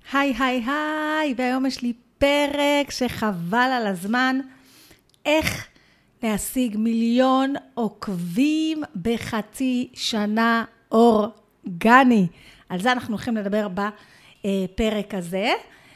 היי, היי, היי, והיום יש לי פרק שחבל על הזמן, איך להשיג 1,000,000 עוקבים בחצי שנה אורגני. על זה אנחנו הולכים לדבר בפרק הזה,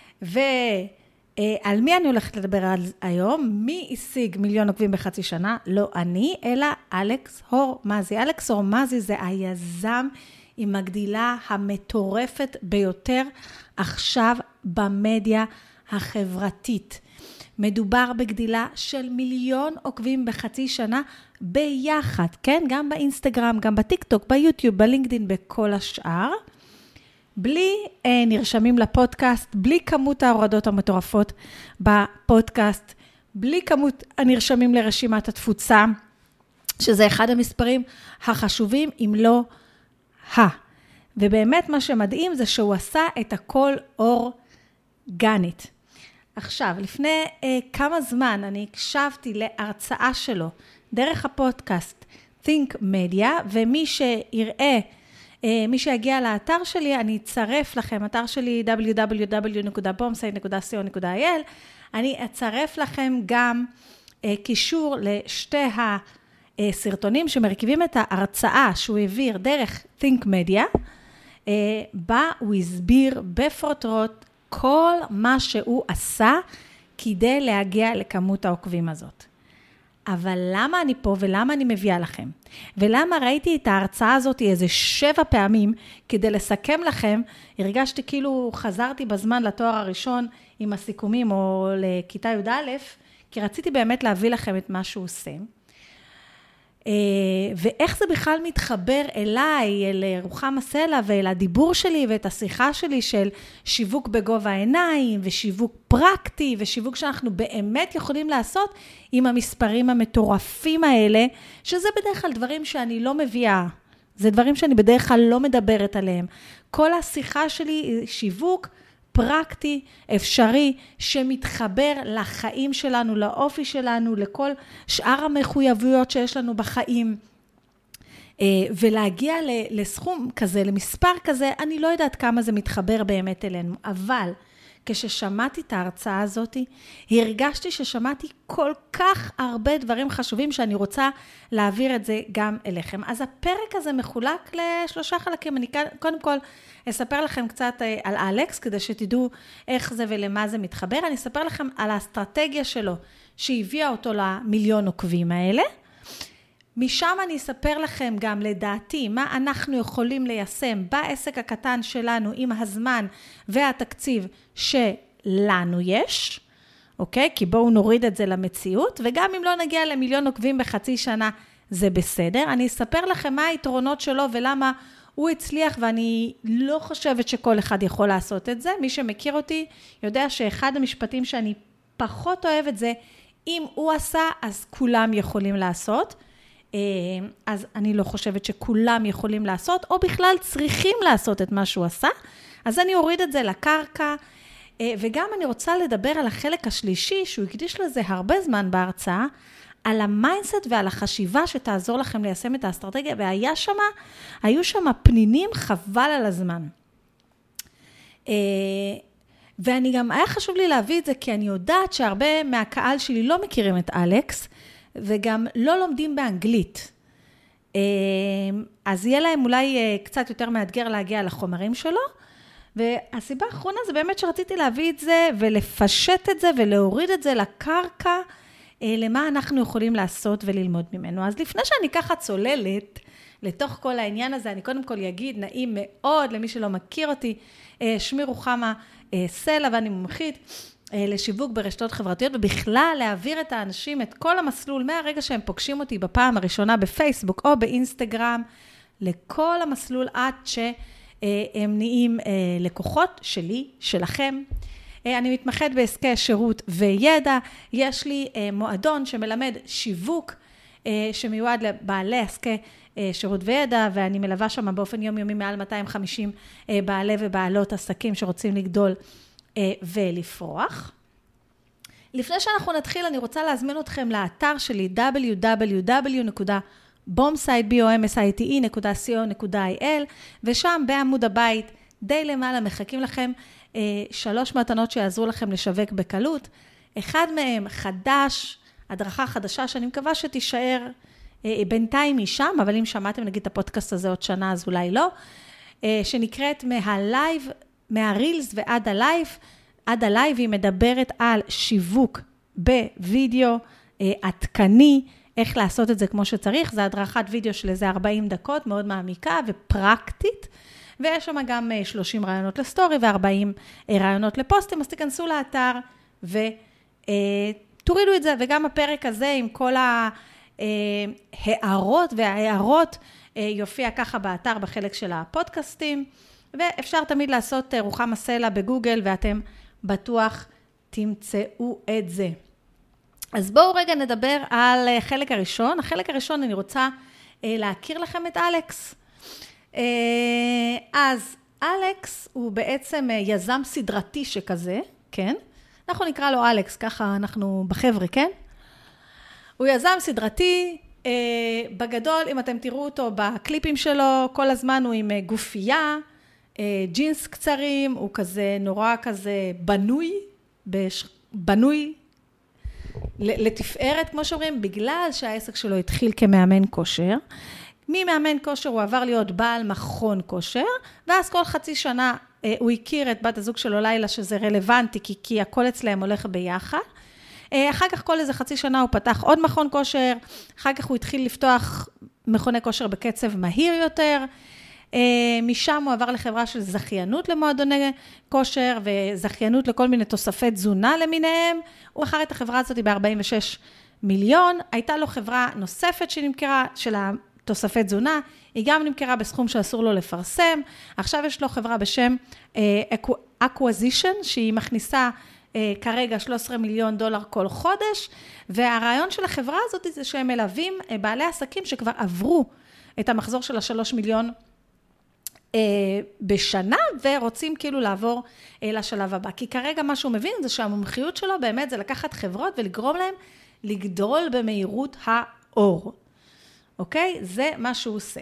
ועל מי אני הולכת לדבר היום? מי השיג 1,000,000 עוקבים בחצי שנה? לא אני, אלא אלכס הורמזי. אלכס הורמזי זה היזם עם הגדילה המטורפת ביותר עכשיו במדיה החברתית. מדובר בגדילה של 1,000,000 עוקבים בחצי שנה ביחד, כן? גם באינסטגרם, גם בטיק טוק, ביוטיוב, בלינקדין, בכל השאר. בלי נרשמים לפודקאסט, בלי כמות ההורדות המטורפות בפודקאסט, בלי כמות הנרשמים לרשימת התפוצה, שזה אחד המספרים החשובים, אם לא ובאמת מה שמדהים זה שהוא עשה את הכל אורגנית. עכשיו, לפני כמה זמן אני הקשבתי להרצאה שלו דרך הפודקאסט Think Media, ומי שיראה, מי שיגיע לאתר שלי, אני אצרף לכם, אתר שלי www.bomsite.co.il, אני אצרף לכם גם קישור לשתי הסרטונים שמרכיבים את ההרצאה שהוא העביר דרך Think Media, בה הוא הסביר בפרוטרוט כל מה שהוא עשה כדי להגיע לכמות העוקבים הזאת. אבל למה אני פה ולמה אני מביאה לכם? ולמה ראיתי את ההרצאה הזאת איזה 7 פעמים כדי לסכם לכם, הרגשתי כאילו חזרתי בזמן לתואר הראשון עם הסיכומים או לכיתה י"א, כי רציתי באמת להביא לכם את מה שהוא עושה. ואיך זה בכלל מתחבר אליי, אל רוחמה סלע ואל הדיבור שלי ואת השיחה שלי של שיווק בגובה העיניים ושיווק פרקטי ושיווק שאנחנו באמת יכולים לעשות עם המספרים המטורפים האלה, שזה בדרך כלל דברים שאני לא מביאה, זה דברים שאני בדרך כלל לא מדברת עליהם. כל השיחה שלי היא שיווק פרקטי, אפשרי, שמתחבר לחיים שלנו, לאופי שלנו, לכל שאר המחויבויות שיש לנו בחיים. ולהגיע לסכום כזה, למספר כזה, אני לא יודעת כמה זה מתחבר באמת אלינו, אבל כששמעתי את ההרצאה הזאת, הרגשתי ששמעתי כל כך הרבה דברים חשובים שאני רוצה להעביר את זה גם אליכם. אז הפרק הזה מחולק ל3 חלקים. אני קודם כל אספר לכם קצת על אלכס, כדי שתדעו איך זה ולמה זה מתחבר. אני אספר לכם על האסטרטגיה שלו, שהביאה אותו ל1,000,000 עוקבים האלה. משם אני אספר לכם גם לדעתי מה אנחנו יכולים ליישם בעסק הקטן שלנו עם הזמן והתקציב שלנו יש, אוקיי? כי בואו נוריד את זה למציאות, וגם אם לא נגיע ל1,000,000 עוקבים בחצי שנה זה בסדר. אני אספר לכם מה היתרונות שלו ולמה הוא הצליח, ואני לא חושבת שכל אחד יכול לעשות את זה. מי שמכיר אותי יודע שאחד המשפטים שאני פחות אוהבת זה, אם הוא עשה אז כולם יכולים לעשות. אז אני לא חושבת שכולם יכולים לעשות, או בכלל צריכים לעשות את מה שהוא עשה. אז אני אוריד את זה לקרקע, וגם אני רוצה לדבר על החלק השלישי, שהוא הקדיש לזה הרבה זמן בהרצאה, על המיינדסט ועל החשיבה שתעזור לכם ליישם את האסטרטגיה, היו שם פנינים חבל על הזמן. ואני גם, היה חשוב לי להביא את זה, כי אני יודעת שהרבה מהקהל שלי לא מכירים את אלכס, וגם לא לומדים באנגלית. אז יהיה להם אולי קצת יותר מאתגר להגיע לחומרים שלו, והסיבה האחרונה זה באמת שרציתי להביא את זה, ולפשט את זה, ולהוריד את זה לקרקע, למה אנחנו יכולים לעשות וללמוד ממנו. אז לפני שאני ככה צוללת, לתוך כל העניין הזה, אני קודם כל אגיד, נעים מאוד למי שלא מכיר אותי, שמי רוחמה סלע, ואני מומחית לשיווק ברשתות חברתיות, ובכלל להעביר את האנשים את כל המסלול, מהרגע שהם פוגשים אותי בפעם הראשונה בפייסבוק או באינסטגרם, לכל המסלול עד שהם נהיים לקוחות שלי, שלכם. אני מתמחת בעסקי שירות וידע, יש לי מועדון שמלמד שיווק, שמיועד לבעלי עסקי שירות וידע, ואני מלווה שם באופן יומיומי מעל 250 בעלי ובעלות עסקים שרוצים לגדול ולפרוח. לפני שאנחנו נתחיל, אני רוצה להזמין אתכם לאתר שלי www.bomsite.co.il, ושם בעמוד הבית די למעלה, מחכים לכם 3 מתנות שיעזרו לכם לשווק בקלות. אחד מהם חדש, הדרכה חדשה, שאני מקווה שתישאר בינתיים משם, אבל אם שמעתם נגיד את הפודקאסט הזה עוד שנה, אז אולי לא, שנקראת מהלייב, מהרילס ועד הלייב, עד הלייב היא מדברת על שיווק בווידאו עדכני, איך לעשות את זה כמו שצריך, זה הדרכת וידאו של איזה 40 דקות, מאוד מעמיקה ופרקטית, ויש שם גם 30 רעיונות לסטורי ו40 רעיונות לפוסטים, אז תיכנסו לאתר ותורידו את זה, וגם הפרק הזה עם כל ההערות וההערות יופיע ככה באתר בחלק של הפודקאסטים, ואפשר תמיד לעשות רוחמה סלע בגוגל, ואתם בטוח תמצאו את זה. אז בואו רגע נדבר על חלק הראשון. החלק הראשון אני רוצה להכיר לכם את אלכס. אז אלכס הוא בעצם יזם סדרתי שכזה, כן? אנחנו נקרא לו אלכס, ככה אנחנו בחבר'ה, כן? הוא יזם סדרתי, בגדול, אם אתם תראו אותו בקליפים שלו, כל הזמן הוא עם גופייה, ג'ינס קצרים, הוא כזה נורא כזה בנוי לתפארת, כמו שאומרים, בגלל שהעסק שלו התחיל כמאמן כושר. ממאמן כושר הוא עבר להיות בעל מכון כושר, ואז כל חצי שנה הוא הכיר את בת הזוג שלו לילה, שזה רלוונטי, כי הכל אצלהם הולך ביחד. אחר כך כל איזה חצי שנה הוא פתח עוד מכון כושר, אחר כך הוא התחיל לפתוח מכוני כושר בקצב מהיר יותר, משם הוא עבר לחברה של זכיינות למועדוני כושר, וזכיינות לכל מיני תוספי תזונה למיניהם, הוא מכר את החברה הזאת ב-46 מיליון, הייתה לו חברה נוספת שנמכרה, של התוספי תזונה, היא גם נמכרה בסכום שאסור לו לפרסם, עכשיו יש לו חברה בשם Acquisition, שהיא מכניסה כרגע $13 מיליון כל חודש, והרעיון של החברה הזאת זה שהם מלווים בעלי עסקים שכבר עברו את המחזור של $3 מיליון בשנה, ורוצים כאילו לעבור לשלב הבא. כי כרגע מה שהוא מבין זה שהמומחיות שלו באמת זה לקחת חברות ולגרום להם לגדול במהירות האור. אוקיי? זה מה שהוא עושה.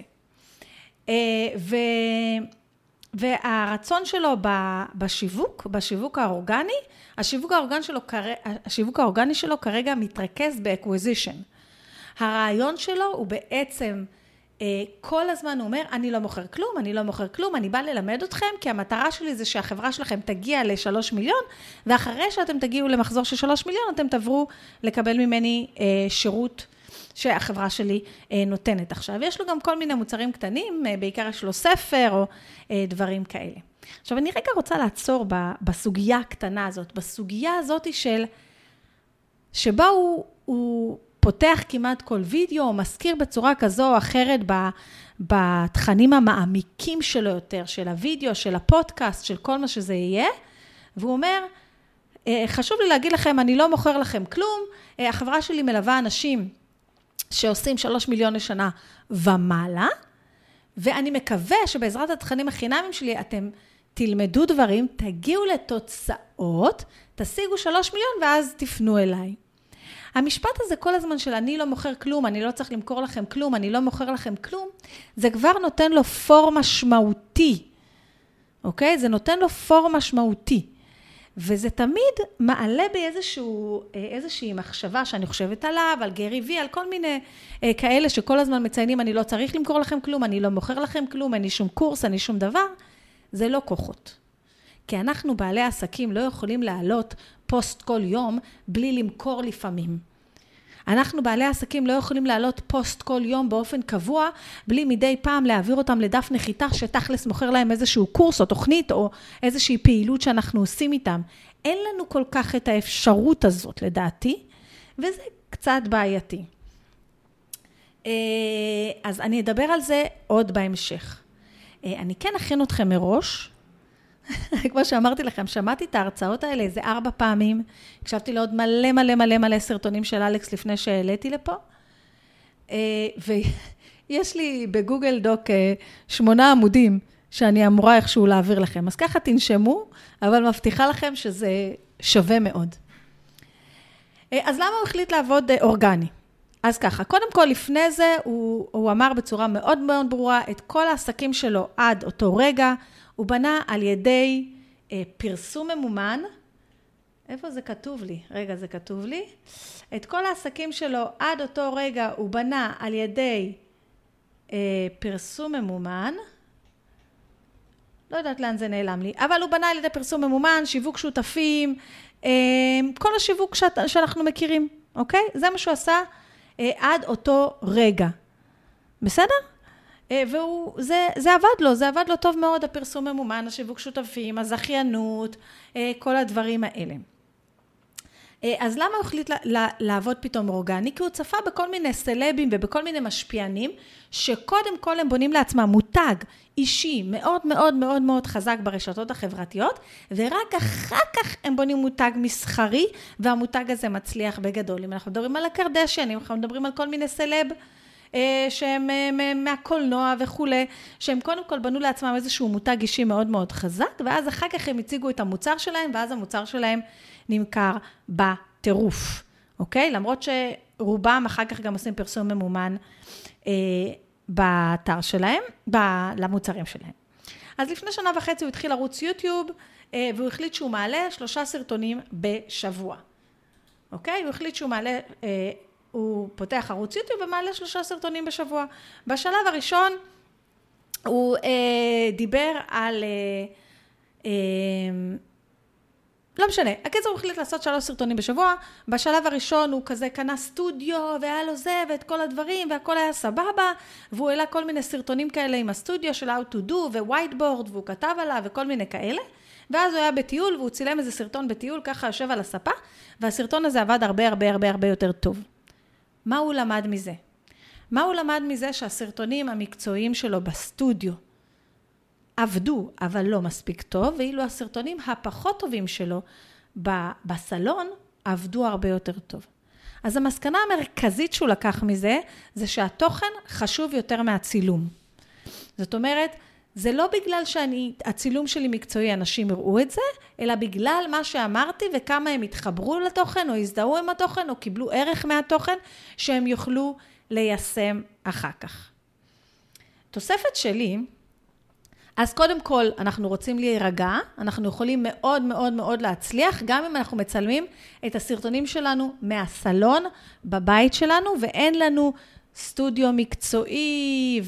והרצון שלו בשיווק האורגני, השיווק האורגני שלו כרגע מתרכז באקוויזישן. הרעיון שלו הוא בעצם, כל הזמן הוא אומר, אני לא מוכר כלום, אני בא ללמד אתכם, כי המטרה שלי זה שהחברה שלכם תגיע ל$3 מיליון, ואחרי שאתם תגיעו למחזור של $3 מיליון, אתם תעברו לקבל ממני שירות שהחברה שלי נותנת עכשיו. יש לו גם כל מיני מוצרים קטנים, בעיקר יש לו ספר או דברים כאלה. עכשיו, אני רגע רוצה לעצור בסוגיה הקטנה הזאת, בסוגיה הזאת שבה הוא פותח כמעט כל וידאו, או מזכיר בצורה כזו או אחרת בתכנים המעמיקים שלו יותר, של הוידאו, של הפודקאסט, של כל מה שזה יהיה, והוא אומר, חשוב לי להגיד לכם, אני לא מוכר לכם כלום, החברה שלי מלווה אנשים שעושים 3 מיליון לשנה ומעלה, ואני מקווה שבעזרת התכנים החינמיים שלי אתם תלמדו דברים, תגיעו לתוצאות, תשיגו 3 מיליון ואז תפנו אליי. המשפט הזה כל הזמן של אני לא מוכר כלום, אני לא צריך למכור לכם כלום, אני לא מוכר לכם כלום, זה כבר נותן לו פור משמעותי, אוקיי? זה נותן לו פור משמעותי. וזה תמיד מעלה באיזושהי מחשבה שאני חושבת עליו, על גרי וי, על כל מיני כאלה שכל הזמן מציינים, אני לא צריך למכור לכם כלום, אני לא מוכר לכם כלום, אין לי שום קורס, אין לי שום דבר. זה לא כוחות. כי אנחנו בעלי עסקים לא יכולים לעלות פוסט כל יום בלי למכור לפעמים. אנחנו בעלי עסקים לא יכולים לעלות פוסט כל יום באופן קבוע, בלי מדי פעם להעביר אותם לדף נחיתה שתכלס מוכר להם איזשהו קורס או תוכנית או איזושהי פעילות שאנחנו עושים איתם. אין לנו כל כך את האפשרות הזאת לדעתי, וזה קצת בעייתי. אז אני אדבר על זה עוד בהמשך. אני כן אכין אתכם מראש, כמו שאמרתי לכם, שמעתי את ההרצאות האלה איזה 4 פעמים, הקשבתי לעוד מלא סרטונים של אלכס לפני שהעליתי לפה, ויש לי בגוגל דוק 8 עמודים שאני אמורה איכשהו להעביר לכם, אז ככה תנשמו, אבל מבטיחה לכם שזה שווה מאוד. אז למה הוא החליט לעבוד אורגני? אז ככה, קודם כל לפני זה הוא אמר בצורה מאוד מאוד ברורה, את כל העסקים שלו עד אותו רגע, הוא בנה על ידי פרסום ממומן, איפה זה כתוב לי? רגע, זה כתוב לי. את כל העסקים שלו עד אותו רגע הוא בנה על ידי פרסום ממומן, לא יודעת לאן זה נעלם לי, אבל הוא בנה על ידי פרסום ממומן, שיווק שותפים, כל השיווק שאנחנו מכירים, אוקיי? זה מה שהוא עשה עד אותו רגע. בסדר? זה עבד לו טוב מאוד, הפרסום ממומן, השיווק שותפים, הזכיינות, כל הדברים האלה. אז למה הוא החליט לעבוד פתאום אורגני? כי הוא צפה בכל מיני סלבים ובכל מיני משפיענים, שקודם כל הם בונים לעצמם מותג אישי מאוד מאוד מאוד מאוד חזק ברשתות החברתיות, ורק אחר כך הם בונים מותג מסחרי, והמותג הזה מצליח בגדול. אם אנחנו מדברים על הקרדשיאנים, אנחנו מדברים על כל מיני סלב, שהם מהקולנוע וכו', שהם קודם כל בנו לעצמם איזשהו מותג אישי מאוד מאוד חזק, ואז אחר כך הם הציגו את המוצר שלהם, ואז המוצר שלהם נמכר בטירוף, אוקיי? למרות שרובם אחר כך גם עושים פרסום ממומן באתר שלהם, למוצרים שלהם. אז לפני 1.5 שנה הוא התחיל ערוץ יוטיוב, והוא החליט שהוא מעלה 3 סרטונים בשבוע, אוקיי? הוא החליט שהוא מעלה... הוא פותח ערוץ יוטיוב ומעלה 3 סרטונים בשבוע. בשלב הראשון הוא דיבר על... לא משנה, הקיצור הוא החליט לעשות 3 סרטונים בשבוע. בשלב הראשון הוא כזה קנה סטודיו והיה לו זה ואת כל הדברים והכל היה סבבה, והוא העלה כל מיני סרטונים כאלה עם הסטודיו של How to do ווייטבורד והוא כתב עליו וכל מיני כאלה. ואז הוא היה בטיול והוא צילם איזה סרטון בטיול ככה יושב על הספה, והסרטון הזה עבד הרבה יותר טוב. מה הוא למד מזה? מה הוא למד מזה שהסרטונים המקצועיים שלו בסטודיו עבדו, אבל לא מספיק טוב, ואילו הסרטונים הפחות טובים שלו בסלון עבדו הרבה יותר טוב. אז המסקנה המרכזית שהוא לקח מזה, זה שהתוכן חשוב יותר מהצילום. זאת אומרת, זה לא בגלל שהצילום שלי מקצועי, אנשים יראו את זה, אלא בגלל מה שאמרתי וכמה הם התחברו לתוכן, או הזדהו עם התוכן, או קיבלו ערך מהתוכן, שהם יוכלו ליישם אחר כך. תוספת שלי, אז קודם כל אנחנו רוצים להירגע, אנחנו יכולים מאוד מאוד מאוד להצליח, גם אם אנחנו מצלמים את הסרטונים שלנו מהסלון בבית שלנו, ואין לנו סטודיו מקצועי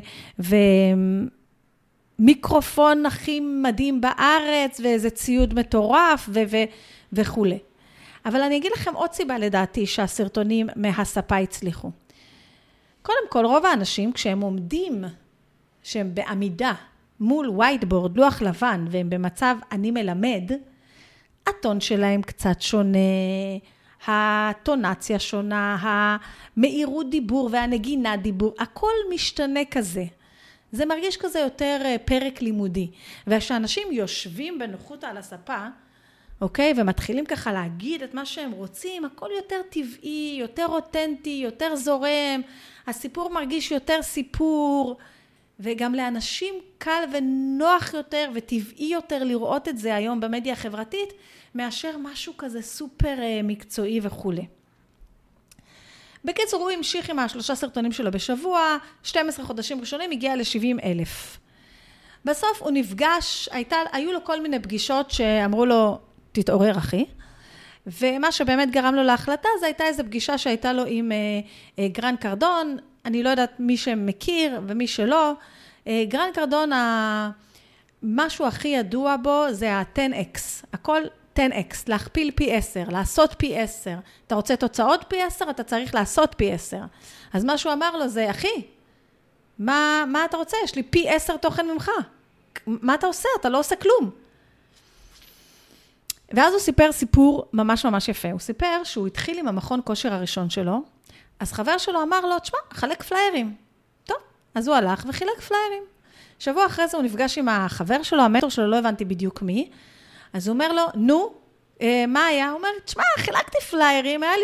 מיקרופון הכי מדהים בארץ, ואיזה ציוד מטורף וכו'. אבל אני אגיד לכם עוד סיבה לדעתי שהסרטונים מהספה הצליחו. קודם כל, רוב האנשים כשהם עומדים, שהם בעמידה מול ווייטבורד, לוח לבן, והם במצב אני מלמד, הטון שלהם קצת שונה, הטונציה שונה, המהירות דיבור והנגינה דיבור, הכל משתנה כזה. זה מרגיש כזה יותר פרק לימודי. וכשאנשים יושבים בנוחות על הספה, אוקיי, ומתחילים ככה להגיד את מה שהם רוצים, הכל יותר טבעי, יותר אותנטי, יותר זורם, הסיפור מרגיש יותר סיפור, וגם לאנשים קל ונוח יותר וטבעי יותר לראות את זה היום במדיה החברתית, מאשר משהו כזה סופר מקצועי וכו'. בקיצור, הוא המשיך עם 3 סרטונים שלו בשבוע, 12 חודשים ראשונים, הגיע ל-70,000. בסוף הוא נפגש, היו לו כל מיני פגישות שאמרו לו, תתעורר אחי, ומה שבאמת גרם לו להחלטה, זה הייתה איזו פגישה שהייתה לו עם גרן קרדון, אני לא יודעת מי שמכיר ומי שלא, גרן קרדון, משהו הכי ידוע בו זה ה-10x, הכל 10x, להכפיל פי 10, לעשות פי 10. אתה רוצה תוצאות פי 10, אתה צריך לעשות פי 10. אז מה שהוא אמר לו זה, אחי, מה אתה רוצה? יש לי פי 10 תוכן ממך. מה אתה עושה? אתה לא עושה כלום. ואז הוא סיפר סיפור ממש ממש יפה. הוא סיפר שהוא התחיל עם המכון כושר הראשון שלו, אז חבר שלו אמר לו, תשמע, חלק פליירים. טוב, אז הוא הלך וחילק פליירים. שבוע אחרי זה הוא נפגש עם החבר שלו, המנטור שלו, לא הבנתי בדיוק מי, אז הוא אומר לו, נו, מה היה? הוא אומר, תשמע, חילקתי פליירים, היה לי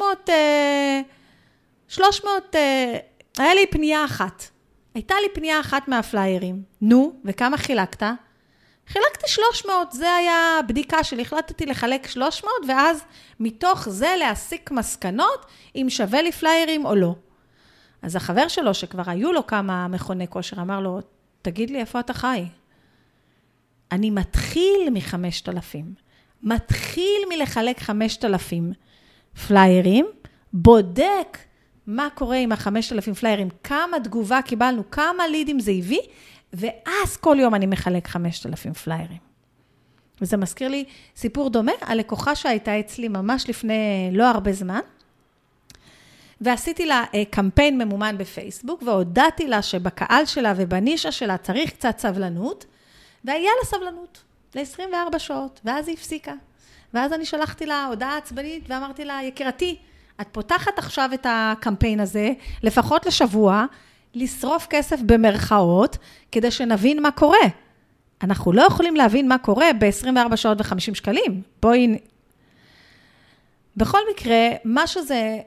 300, היה לי פנייה אחת. הייתה לי פנייה אחת מהפליירים. נו, וכמה חילקת? חילקתי 300, זה היה בדיקה שלי, החלטתי לחלק 300, ואז מתוך זה להסיק מסקנות, אם שווה לי פליירים או לא. אז החבר שלו, שכבר היו לו כמה מכוני כושר, אמר לו, תגיד לי איפה אתה חי? אני מתחיל מ-5,000. מתחיל מלחלק 5,000 פליירים, בודק מה קורה עם 5,000 פליירים, כמה תגובה קיבלנו, כמה לידים זה הביא, ואז כל יום אני מחלק 5,000 פליירים. וזה מזכיר לי סיפור דומה, הלקוחה שהייתה אצלי ממש לפני לא הרבה זמן, ועשיתי לה קמפיין ממומן בפייסבוק, והודעתי לה שבקהל שלה ובנישה שלה צריך קצת סבלנות, והיה לה סבלנות ל-24 שעות, ואז היא הפסיקה. ואז אני שלחתי לה הודעה עצבנית, ואמרתי לה, יקירתי, את פותחת עכשיו את הקמפיין הזה, לפחות לשבוע, לשרוף כסף במרכאות, כדי שנבין מה קורה. אנחנו לא יכולים להבין מה קורה ב-24 שעות ו-50 שקלים. בואי... בכל מקרה, מה שזה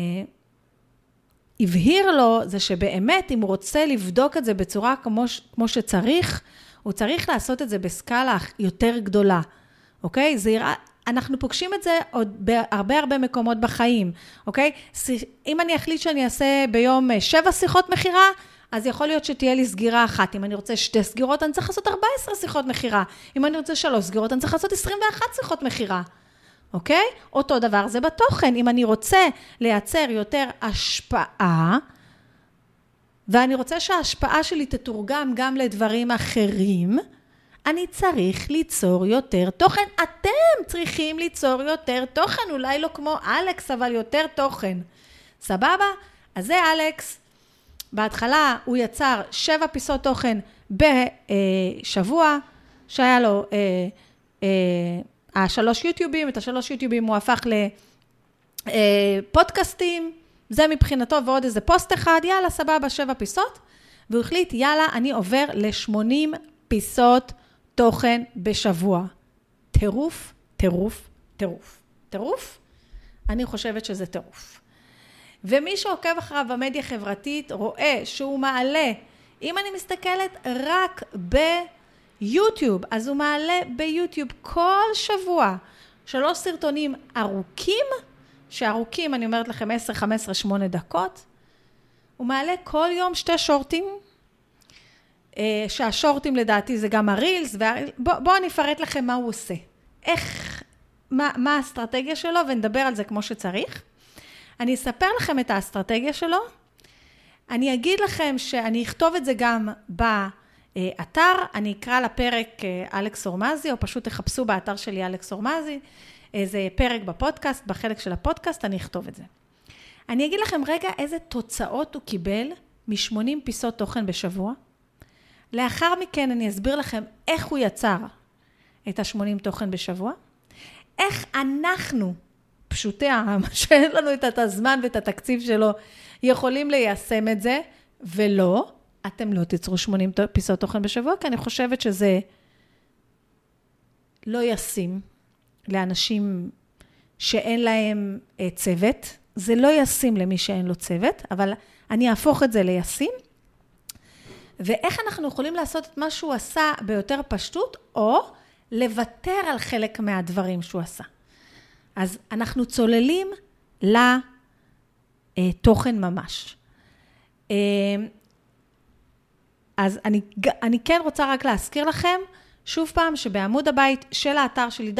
הבהיר לו, זה שבאמת, אם הוא רוצה לבדוק את זה בצורה כמו שצריך, הוא צריך לעשות את זה בסקאלה יותר גדולה. אוקיי? אנחנו פוגשים את זה עוד בהרבה מקומות בחיים. אוקיי? אם אני אחליט שאני אעשה ביום 7 שיחות מחירה, אז יכול להיות שתהיה לי סגירה אחת. אם אני רוצה 2 סגירות, אני צריך לעשות 14 שיחות מחירה. אם אני רוצה 3 סגירות, אני צריך לעשות 21 שיחות מחירה. אוקיי? אותו דבר זה בתוכן. אם אני רוצה לייצר יותר השפעה, ואני רוצה שההשפעה שלי תתורגם גם לדברים אחרים, אני צריך ליצור יותר תוכן. אתם צריכים ליצור יותר תוכן, אולי לא כמו אלכס, אבל יותר תוכן. סבבה? אז זה אלכס. בהתחלה הוא יצר 7 פיסות תוכן בשבוע, שהיה לו 3 יוטיובים, את 3 יוטיובים הוא הפך לפודקאסטים, זה מבחינתו ועוד איזה פוסט אחד, יאללה סבבה 7 פיסות, והוא החליט יאללה אני עובר ל-80 פיסות תוכן בשבוע. טירוף, טירוף, טירוף. טירוף? אני חושבת שזה טירוף. ומי שעוקב אחריו במדיה חברתית רואה שהוא מעלה, אם אני מסתכלת רק ביוטיוב, אז הוא מעלה ביוטיוב כל שבוע 3 סרטונים ארוכים, שארוכים אני אומרת לכם 10, 15, 8 דקות, הוא מעלה כל יום 2 שורטים, שהשורטים לדעתי זה גם הרילס, בואו אני אפרט לכם מה הוא עושה. מה האסטרטגיה שלו, ונדבר על זה כמו שצריך. אני אספר לכם את האסטרטגיה שלו, אני אגיד לכם שאני אכתוב את זה גם באתר, אני אקרא לפרק אלכס אורמזי, או פשוט תחפשו באתר שלי אלכס אורמזי, זה פרק בפודקאסט, בחלק של הפודקאסט, אני אכתוב את זה. אני אגיד לכם רגע איזה תוצאות הוא קיבל מ-80 פיסות תוכן בשבוע, לאחר מכן אני אסביר לכם איך הוא יצר את ה-80 תוכן בשבוע, איך אנחנו, פשוטי העם, שאין לנו את הזמן ואת התקציב שלו, יכולים ליישם את זה, ולא, אתם לא תיצרו 80 פיסות תוכן בשבוע, כי אני חושבת שזה לא ישים לאנשים שאין להם צוות, זה לא ישים למי שאין לו צוות, אבל אני אהפוך את זה לישים, ואיך אנחנו יכולים לעשות את מה שהוא עשה ביותר פשטות, או לוותר על חלק מהדברים שהוא עשה. אז אנחנו צוללים לתוכן ממש. אז אני כן רוצה רק להזכיר לכם, שוב פעם שבעמוד הבית של האתר שלי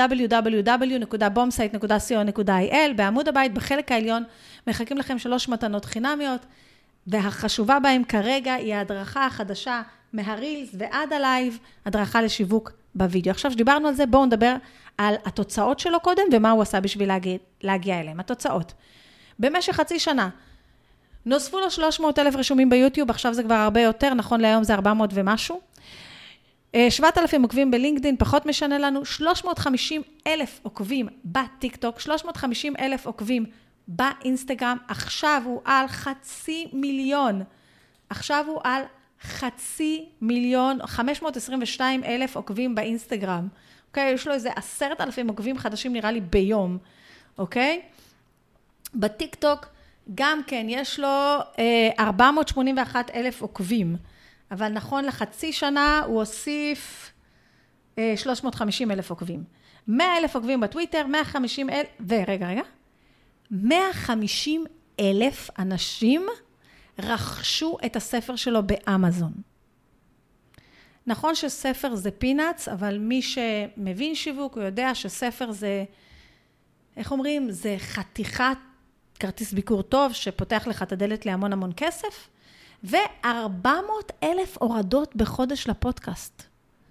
www.bombsite.co.il, בעמוד הבית בחלק העליון מחכים לכם 3 מתנות חינמיות, והחשובה בהם כרגע היא ההדרכה החדשה מהרילס ועד הלייב, הדרכה לשיווק בווידאו. עכשיו שדיברנו על זה, בואו נדבר על התוצאות שלו קודם, ומה הוא עשה בשביל להגיע אליהם. התוצאות. במשך חצי שנה, נוספו לו 300,000 רשומים ביוטיוב, עכשיו זה כבר הרבה יותר, נכון להיום זה 400 ומשהו. 7,000 עוקבים בלינקדין, פחות משנה לנו, 350,000 עוקבים בטיקטוק, 350,000 עוקבים באינסטגרם, עכשיו הוא על 500,000, עכשיו הוא על 500,000, 522,000 עוקבים באינסטגרם, אוקיי? יש לו איזה 10,000 עוקבים חדשים נראה לי ביום, אוקיי? בטיקטוק גם כן יש לו 481,000 עוקבים, אבל נכון לחצי שנה הוא הוסיף 350,000 עוקבים. 100,000 עוקבים בטוויטר, 150,000 אנשים רכשו את הספר שלו באמזון. נכון שספר זה פינאץ, אבל מי שמבין שיווק, הוא יודע שספר זה, איך אומרים? זה חתיכת כרטיס ביקור טוב, שפותח לך את הדלת להמון המון כסף, ו400,000 הורדות בחודש לפודקאסט.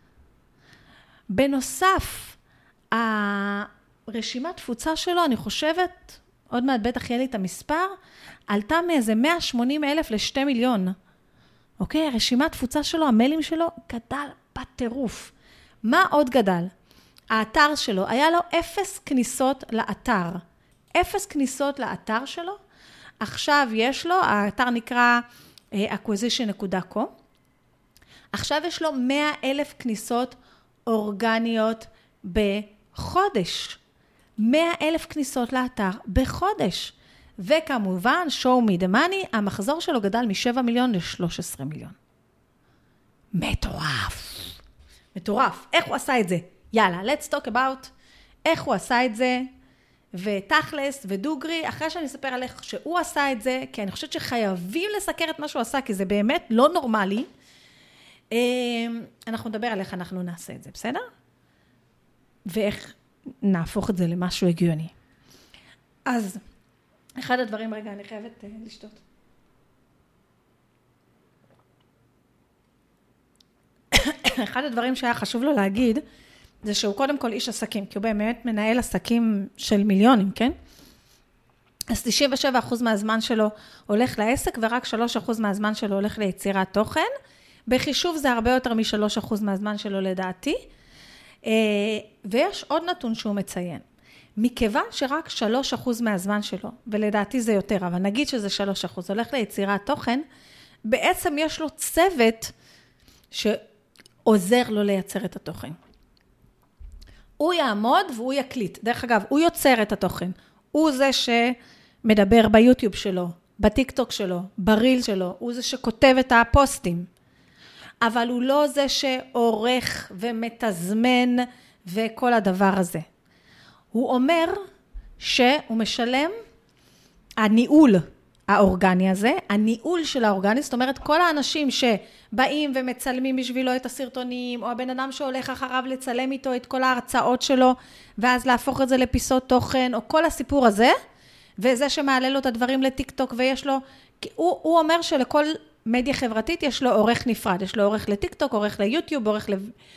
בנוסף, הרשימת תפוצה שלו, אני חושבת, עוד מעט בטח יהיה לי את המספר, עלתה מאיזה 180,000 ל2 מיליון. אוקיי? הרשימת תפוצה שלו, המיילים שלו, גדל בטירוף. מה עוד גדל? האתר שלו, היה לו 0 כניסות לאתר. 0 כניסות לאתר שלו. עכשיו יש לו, האתר נקרא acquisition.com. עכשיו יש לו 100,000 כניסות אורגניות בחודש. 100,000 כניסות לאתר בחודש. וכמובן, show me the money, המחזור שלו גדל מ7 מיליון ל13 מיליון. מטורף. מטורף. איך הוא עשה את זה? יאללה, let's talk about איך הוא עשה את זה, ותכלס ודוגרי, אחרי שאני אספר על איך שהוא עשה את זה, כי אני חושבת שחייבים לסקר את מה שהוא עשה, כי זה באמת לא נורמלי. אנחנו נדבר על איך אנחנו נעשה את זה, בסדר? ואיך נהפוך את זה למשהו הגיוני. אז, אחד הדברים, רגע, אני חייבת לשתות. אחד הדברים שהיה חשוב לו להגיד, זה שהוא קודם כל איש עסקים, כי הוא באמת מנהל עסקים של מיליונים, כן? אז 97% מהזמן שלו הולך לעסק, ורק 3% מהזמן שלו הולך ליצירת תוכן. בחישוב זה הרבה יותר מ3% מהזמן שלו לדעתי. ויש עוד נתון שהוא מציין. מכיוון שרק 3% מהזמן שלו, ולדעתי זה יותר, אבל נגיד שזה 3%, הולך ליצירת תוכן, בעצם יש לו צוות שעוזר לו לייצר את התוכן. הוא יעמוד והוא יקליט. דרך אגב, הוא יוצר את התוכן. הוא זה שמדבר ביוטיוב שלו, בטיקטוק שלו, בריל שלו, הוא זה שכותב את הפוסטים. אבל הוא לא זה שעורך ומתזמן וכל הדבר הזה. הוא אומר שהוא משלם, הניהול האורגני הזה, הניהול של האורגני, זאת אומרת כל האנשים שבאים ומצלמים בשבילו את הסרטונים, או הבן אדם שהולך אחריו לצלם איתו את כל ההרצאות שלו, ואז להפוך את זה לפיסות תוכן, או כל הסיפור הזה, וזה שמעלה לו את הדברים לטיקטוק, ויש לו, הוא אומר שלכל מדיה חברתית יש לו עורך נפרד, יש לו עורך לטיקטוק, עורך ליוטיוב, עורך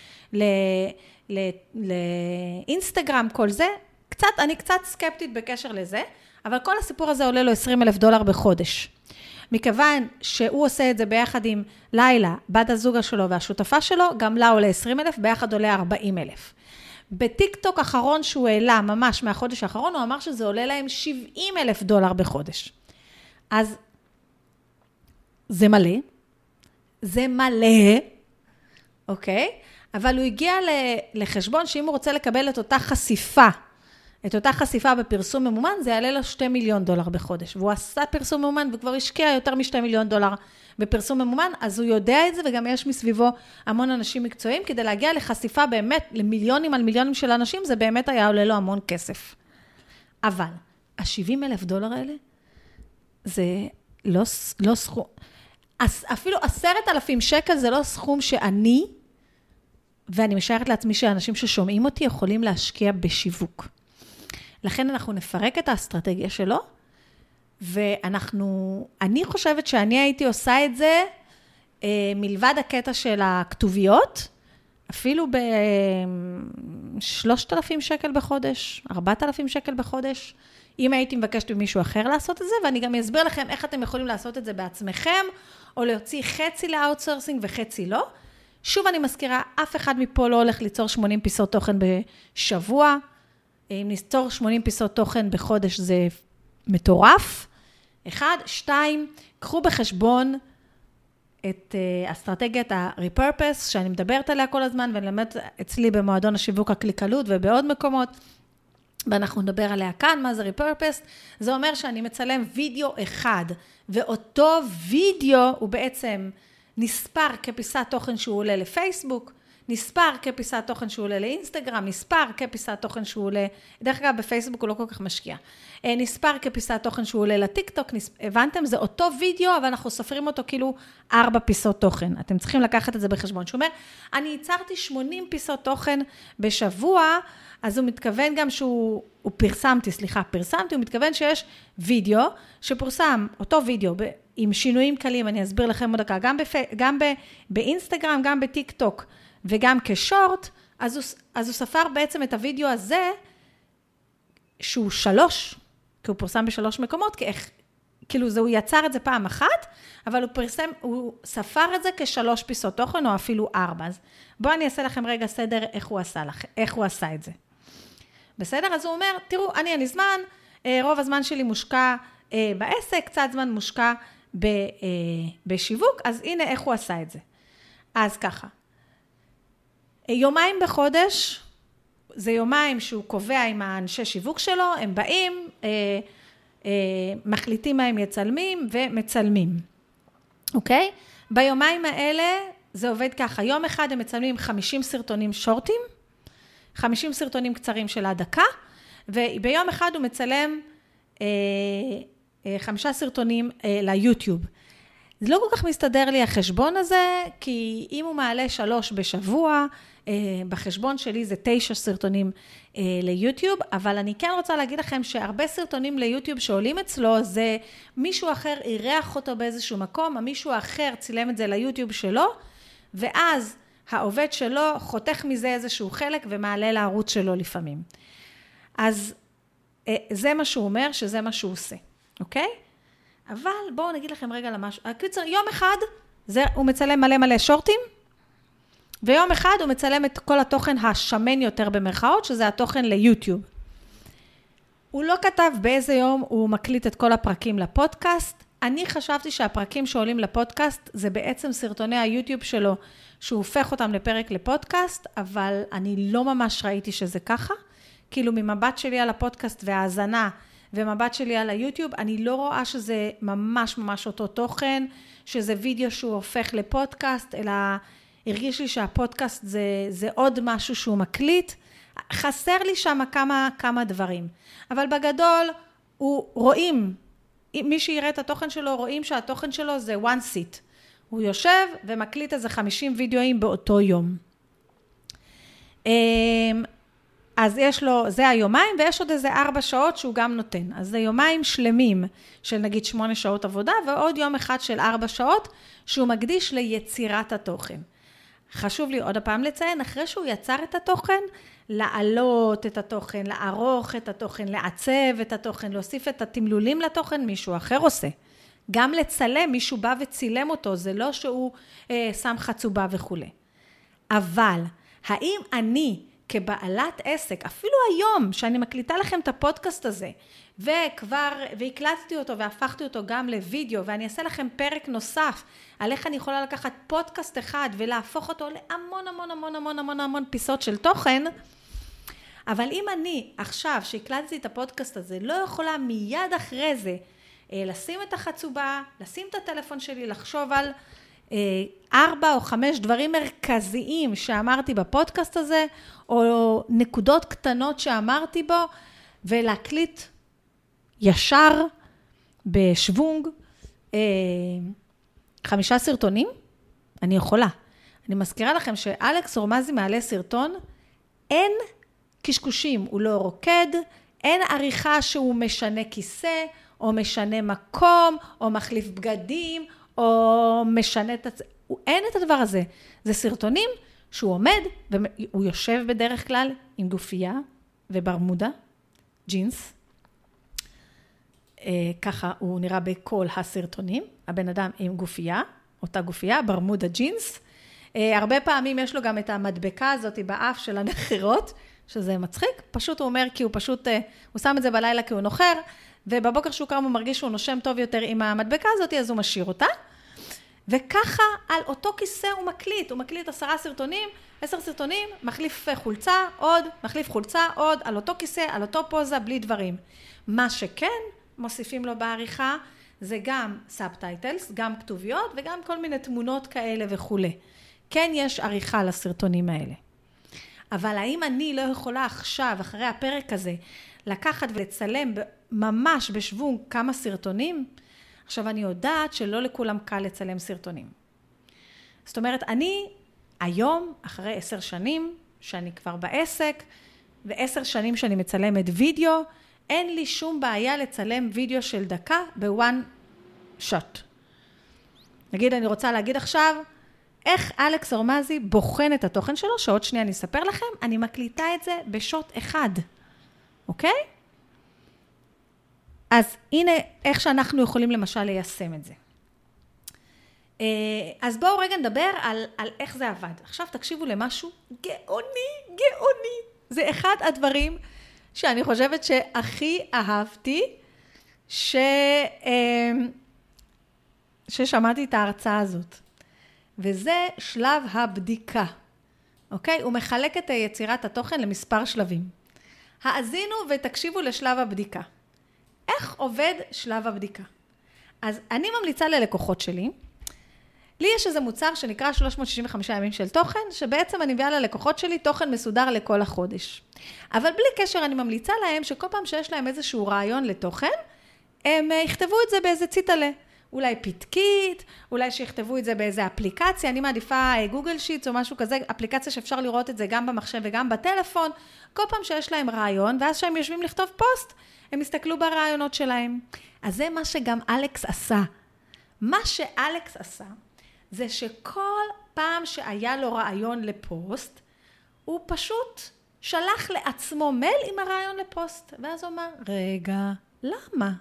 לאינסטגרם, כל זה, אני קצת סקפטית בקשר לזה, אבל כל הסיפור הזה עולה לו $20,000 בחודש. מכיוון שהוא עושה את זה ביחד עם לילה, בת הזוגה שלו והשותפה שלו, גם לה עולה 20,000, ביחד עולה 40,000. בטיקטוק האחרון שהוא העלה, ממש מהחודש האחרון, הוא אמר שזה עולה להם $70,000 בחודש. אז זה מלא, זה מלא, אוקיי? אבל הוא הגיע לחשבון שאם הוא רוצה לקבל את אותה חשיפה בפרסום ממומן, זה יעלה לו $2 מיליון בחודש. והוא עשה פרסום ממומן וכבר השקיע יותר מ$2 מיליון בפרסום ממומן, אז הוא יודע את זה, וגם יש מסביבו המון אנשים מקצועיים, כדי להגיע לחשיפה באמת למיליונים על מיליונים של אנשים, זה באמת היה עולה לו המון כסף. אבל $70,000 האלה, זה לא סכום, אפילו 10,000 שקל זה לא סכום ואני משערת לעצמי שאנשים ששומעים אותי יכולים להשקיע בשיווק. לכן אנחנו נפרק את האסטרטגיה שלו, אני חושבת שאני הייתי עושה את זה, מלבד הקטע של הכתוביות, אפילו ב3,000 שקל בחודש, 4,000 שקל בחודש, אם הייתי מבקשת ממישהו אחר לעשות את זה, ואני גם אסביר לכם איך אתם יכולים לעשות את זה בעצמכם, או להוציא חצי לאוטסורסינג וחצי לא. שוב אני מזכירה, אף אחד מפה לא הולך ליצור 80 פיסות תוכן בשבוע, אם ניצור 80 פיסות תוכן בחודש זה מטורף. 1, 2, קחו בחשבון את אסטרטגיית ה-repurpose, שאני מדברת עליה כל הזמן, ואני למדת אצלי במועדון השיווק הקליקלות ובעוד מקומות, ואנחנו נדבר עליה כאן, מה זה repurpose? זה אומר שאני מצלם וידאו אחד, ואותו וידאו הוא בעצם נספר כפיסת תוכן שהוא עולה לפייסבוק, נספר כפיסת תוכן שהוא עולה לאינסטגרם, נספר כפיסת תוכן שהוא עולה, דרך אגב בפייסבוק הוא לא כל כך משקיע, נספר כפיסת תוכן שהוא עולה לטיקטוק, הבנתם? זה אותו וידאו, אבל אנחנו סופרים אותו כאילו 4 פיסות תוכן. אתם צריכים לקחת את זה בחשבון. שהוא אומר, אני ייצרתי 80 פיסות תוכן בשבוע, אז הוא מתכוון גם פרסמתי, הוא מתכוון שיש וידאו שפורסם, אותו וידאו, עם שינויים קלים, אני אסביר לכם עוד דקה, גם באינסטגרם, גם בטיק טוק, וגם כשורט, אז הוא ספר בעצם את הוידאו הזה, שהוא 3, כי הוא פורסם ב3 מקומות, כאילו הוא יצר את זה פעם אחת, אבל הוא ספר את זה כ3 פיסות תוכן, או אפילו 4. אז בואו אני אעשה לכם רגע סדר איך הוא עשה את זה. בסדר? אז הוא אומר, תראו, אין לי זמן, רוב הזמן שלי מושקע בעסק, קצת זמן מושקע בשיווק, אז הנה איך הוא עשה את זה. אז ככה, יומיים בחודש, זה יומיים שהוא קובע עם האנשי שיווק שלו, הם באים, מחליטים מה הם יצלמים ומצלמים. אוקיי? ביומיים האלה זה עובד ככה, יום אחד הם מצלמים 50 סרטונים שורטים, 50 סרטונים קצרים של הדקה, וביום אחד הוא מצלם 5 סרטונים ליוטיוב. זה לא כל כך מסתדר לי החשבון הזה, כי אם הוא מעלה 3 בשבוע, בחשבון שלי זה 9 סרטונים ליוטיוב, אבל אני כן רוצה להגיד לכם שהרבה סרטונים ליוטיוב שעולים אצלו, זה מישהו אחר אירח אותו באיזשהו מקום, מישהו אחר צילם את זה ליוטיוב שלו, ואז העובד שלו חותך מזה איזשהו חלק ומעלה לערוץ שלו לפעמים. אז זה מה שהוא אומר, שזה מה שהוא עושה, אוקיי? אבל בואו נגיד לכם רגע למשהו. הקיצר, יום אחד הוא מצלם מלא שורטים, ויום אחד הוא מצלם את כל התוכן השמן יותר במרכאות, שזה התוכן ליוטיוב. הוא לא כתב באיזה יום הוא מקליט את כל הפרקים לפודקאסט. אני חשבתי שהפרקים שעולים לפודקאסט, זה בעצם סרטוני היוטיוב שלו, שהוא הופך אותם לפרק לפודקאסט, אבל אני לא ממש ראיתי שזה ככה. כאילו ממבט שלי על הפודקאסט וההאזנה, ומבט שלי על היוטיוב, אני לא רואה שזה ממש אותו תוכן, שזה וידאו שהוא הופך לפודקאסט, אלא הרגיש לי שהפודקאסט זה עוד משהו שהוא מקליט. חסר לי שם כמה דברים. אבל בגדול, רואים, מי שיראה את התוכן שלו, רואים שהתוכן שלו זה one seat. הוא יושב ומקליט איזה 50 וידאוים באותו יום. אז יש לו, זה היומיים, ויש עוד איזה 4 שעות שהוא גם נותן. אז זה יומיים שלמים של נגיד 8 שעות עבודה, ועוד יום אחד של 4 שעות שהוא מקדיש ליצירת התוכן. חשוב לי עוד הפעם לציין, אחרי שהוא יצר את התוכן, לעלות את התוכן, לערוך את התוכן, לעצב את התוכן, להוסיף את התמלולים לתוכן, מישהו אחר עושה. גם לצלם, מישהו בא וצילם אותו, זה לא שהוא שם חצובה וכו'. אבל, האם אני כבעלת עסק, אפילו היום שאני מקליטה לכם את הפודקאסט הזה, והקלטתי אותו והפכתי אותו גם לוידאו, ואני אעשה לכם פרק נוסף, על איך אני יכולה לקחת פודקאסט אחד, ולהפוך אותו להמון פיסות של תוכן, אבל אם אני עכשיו שהקלטתי את הפודקאסט הזה, לא יכולה מיד אחרי זה, לשים את החצובה, לשים את הטלפון שלי, לחשוב על 4 או 5 דברים מרכזיים שאמרתי בפודקאסט הזה, או נקודות קטנות שאמרתי בו, ולהקליט ישר בשוונג 5 סרטונים, אני יכולה. אני מזכירה לכם שאלכס הורמזי מעלה סרטון, אין קשקושים, הוא לא רוקד, אין עריכה שהוא משנה כיסא, או משנה מקום, או מחליף בגדים, או משנה אין את הדבר הזה. זה סרטונים שהוא עומד, והוא יושב בדרך כלל עם גופייה וברמודה, ג'ינס. ככה הוא נראה בכל הסרטונים. הבן אדם עם גופייה, אותה גופייה, ברמודה ג'ינס. הרבה פעמים יש לו גם את המדבקה הזאת באף של הנחירות, שזה מצחיק. פשוט הוא אומר, כי הוא פשוט, הוא שם את זה בלילה כי הוא נוחר, ובבוקר שהוא קם הוא מרגיש שהוא נושם טוב יותר עם המדבקה הזאת, אז הוא משאיר אותה. וככה על אותו כיסא הוא מקליט 10 סרטונים, 10 סרטונים, מחליף חולצה, עוד, מחליף חולצה, עוד, על אותו כיסא, על אותו פוזה, בלי דברים. מה שכן מוסיפים לו בעריכה, זה גם סאבטייטלס, גם כתוביות, וגם כל מיני תמונות כאלה וכו'. כן יש עריכה לסרטונים האלה. אבל האם אני לא יכולה עכשיו, אחרי הפרק הזה, לקחת ולצלם ממש בשוונג כמה סרטונים? עכשיו אני יודעת שלא לכולם קל לצלם סרטונים. זאת אומרת, אני היום, אחרי 10 שנים, שאני כבר בעסק, ו10 שנים שאני מצלמת וידאו, אין לי שום בעיה לצלם וידאו של דקה בוואן שוט. נגיד, אני רוצה להגיד עכשיו, איך אלכס אורמזי בוחן את התוכן שלו, שעוד שנייה אני אספר לכם, אני מקליטה את זה בשוט אחד. אוקיי? אז הנה איך שאנחנו יכולים למשל ליישם את זה. אז בואו רגע נדבר על איך זה עבד. עכשיו תקשיבו למשהו גאוני. זה אחד הדברים שאני חושבת שהכי אהבתי, ששמעתי את ההרצאה הזאת. וזה שלב הבדיקה. אוקיי? הוא מחלק את יצירת התוכן למספר שלבים. האזינו ותקשיבו לשלב הבדיקה. איך עובד שלב הבדיקה? אז אני ממליצה ללקוחות שלי, לי יש איזה מוצר שנקרא 365 ימים של תוכן, שבעצם אני מביאה ללקוחות שלי תוכן מסודר לכל החודש. אבל בלי קשר אני ממליצה להם שכל פעם שיש להם איזשהו רעיון לתוכן, הם יכתבו את זה באיזה ציטלה. אולי פתקית, אולי שיכתבו את זה באיזה אפליקציה, אני מעדיפה גוגל שיטס או משהו כזה, אפליקציה שאפשר לראות את זה גם במחשב וגם בטלפון, כל פעם שיש להם רעיון, ואז שהם יושבים לכתוב פוסט, הם יסתכלו ברעיונות שלהם. אז זה מה שגם אלכס עשה. מה שאלכס עשה, זה שכל פעם שהיה לו רעיון לפוסט, הוא פשוט שלח לעצמו מייל עם הרעיון לפוסט, ואז הוא אמר, רגע, למה?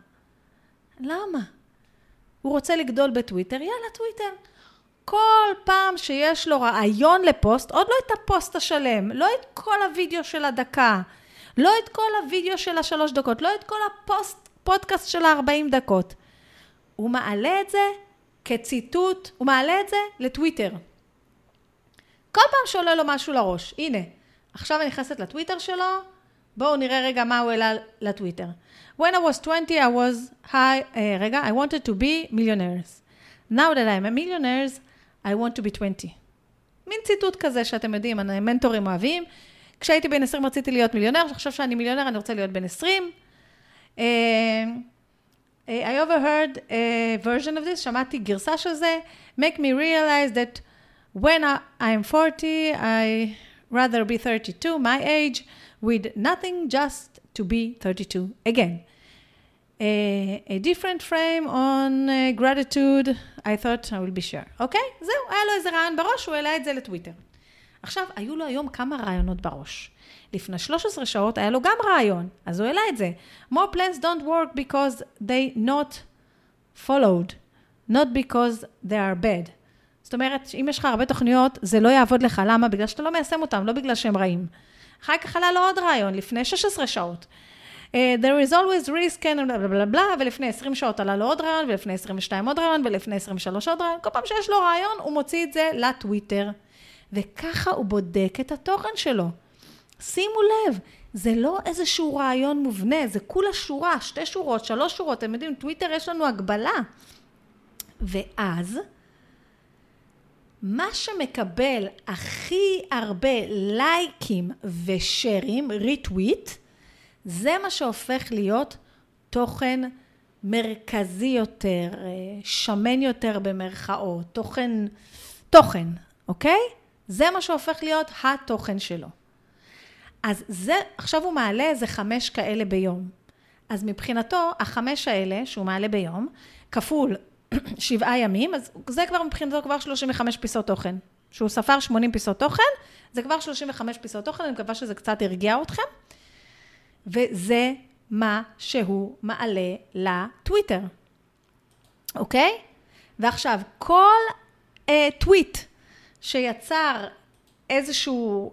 הוא רוצה לגדול בטוויטר, יאללה טוויטר. כל פעם שיש לו רעיון לפוסט, עוד לא את הפוסט השלם, לא את כל הוידאו של הדקה, לא את כל הוידאו של 3 דקות, לא את כל הפודקאסט של 40 דקות. הוא מעלה את זה כציטוט, הוא מעלה את זה לטוויטר. כל פעם שעולה לו משהו לראש, הנה, עכשיו אני נכנסת לטוויטר שלו, בואו נראה רגע מה הוא העלה לטוויטר. When I was 20, I wanted to be millionaires. Now that I'm a millionaire, I want to be 20. מין ציטוט כזה שאתם יודעים, המנטורים אוהבים. כשהייתי בן 20 רציתי להיות מיליונר, עכשיו שאני מיליונר אני רוצה להיות בן 20. I overheard a version of this, שמעתי גרסה של זה, make me realize that when I'm 40, I rather be 32, my age, with nothing just to be 32 again. A different frame on gratitude, I thought I will be sure. אוקיי? זהו, היה לו איזה רעיון בראש, הוא העלה את זה לטוויטר. עכשיו, היו לו היום כמה רעיונות בראש. לפני 13 שעות היה לו גם רעיון, אז הוא העלה את זה. More plans don't work because they not followed, not because they are bad. זאת אומרת, אם יש לך הרבה תוכניות, זה לא יעבוד לך. למה? בגלל שאתה לא מיישם אותם, לא בגלל שהם רעים. אחר כך עלה לו עוד רעיון, לפני 16 שעות. There is always risk, בלה, ולפני 20 שעות עלה לו עוד רעיון, ולפני 22 עוד רעיון, ולפני 23 עוד רעיון. כל פעם שיש לו רעיון, הוא מוציא את זה לטוויטר. וככה הוא בודק את התוכן שלו. שימו לב, זה לא איזשהו רעיון מובנה, זה כולה שורה, 2 שורות, 3 שורות, אתם יודעים, טוויטר יש לנו הגבלה. ואז, מה שמקבל הכי הרבה לייקים ושרים, ריטוויט, זה מה שהופך להיות תוכן מרכזי יותר, שמן יותר במרכאות, תוכן, אוקיי? זה מה שהופך להיות התוכן שלו. אז זה, עכשיו הוא מעלה איזה 5 כאלה ביום. אז מבחינתו, 5 האלה שהוא מעלה ביום, כפול 7 ימים, אז זה כבר מבחינתו כבר 35 פיסות תוכן. שהוא ספר 80 פיסות תוכן, זה כבר 35 פיסות תוכן, אני מקווה שזה קצת הרגיע אתכם. וזה מה שהוא מעלה לטוויטר. אוקיי? ועכשיו, כל טוויט שיצר איזשהו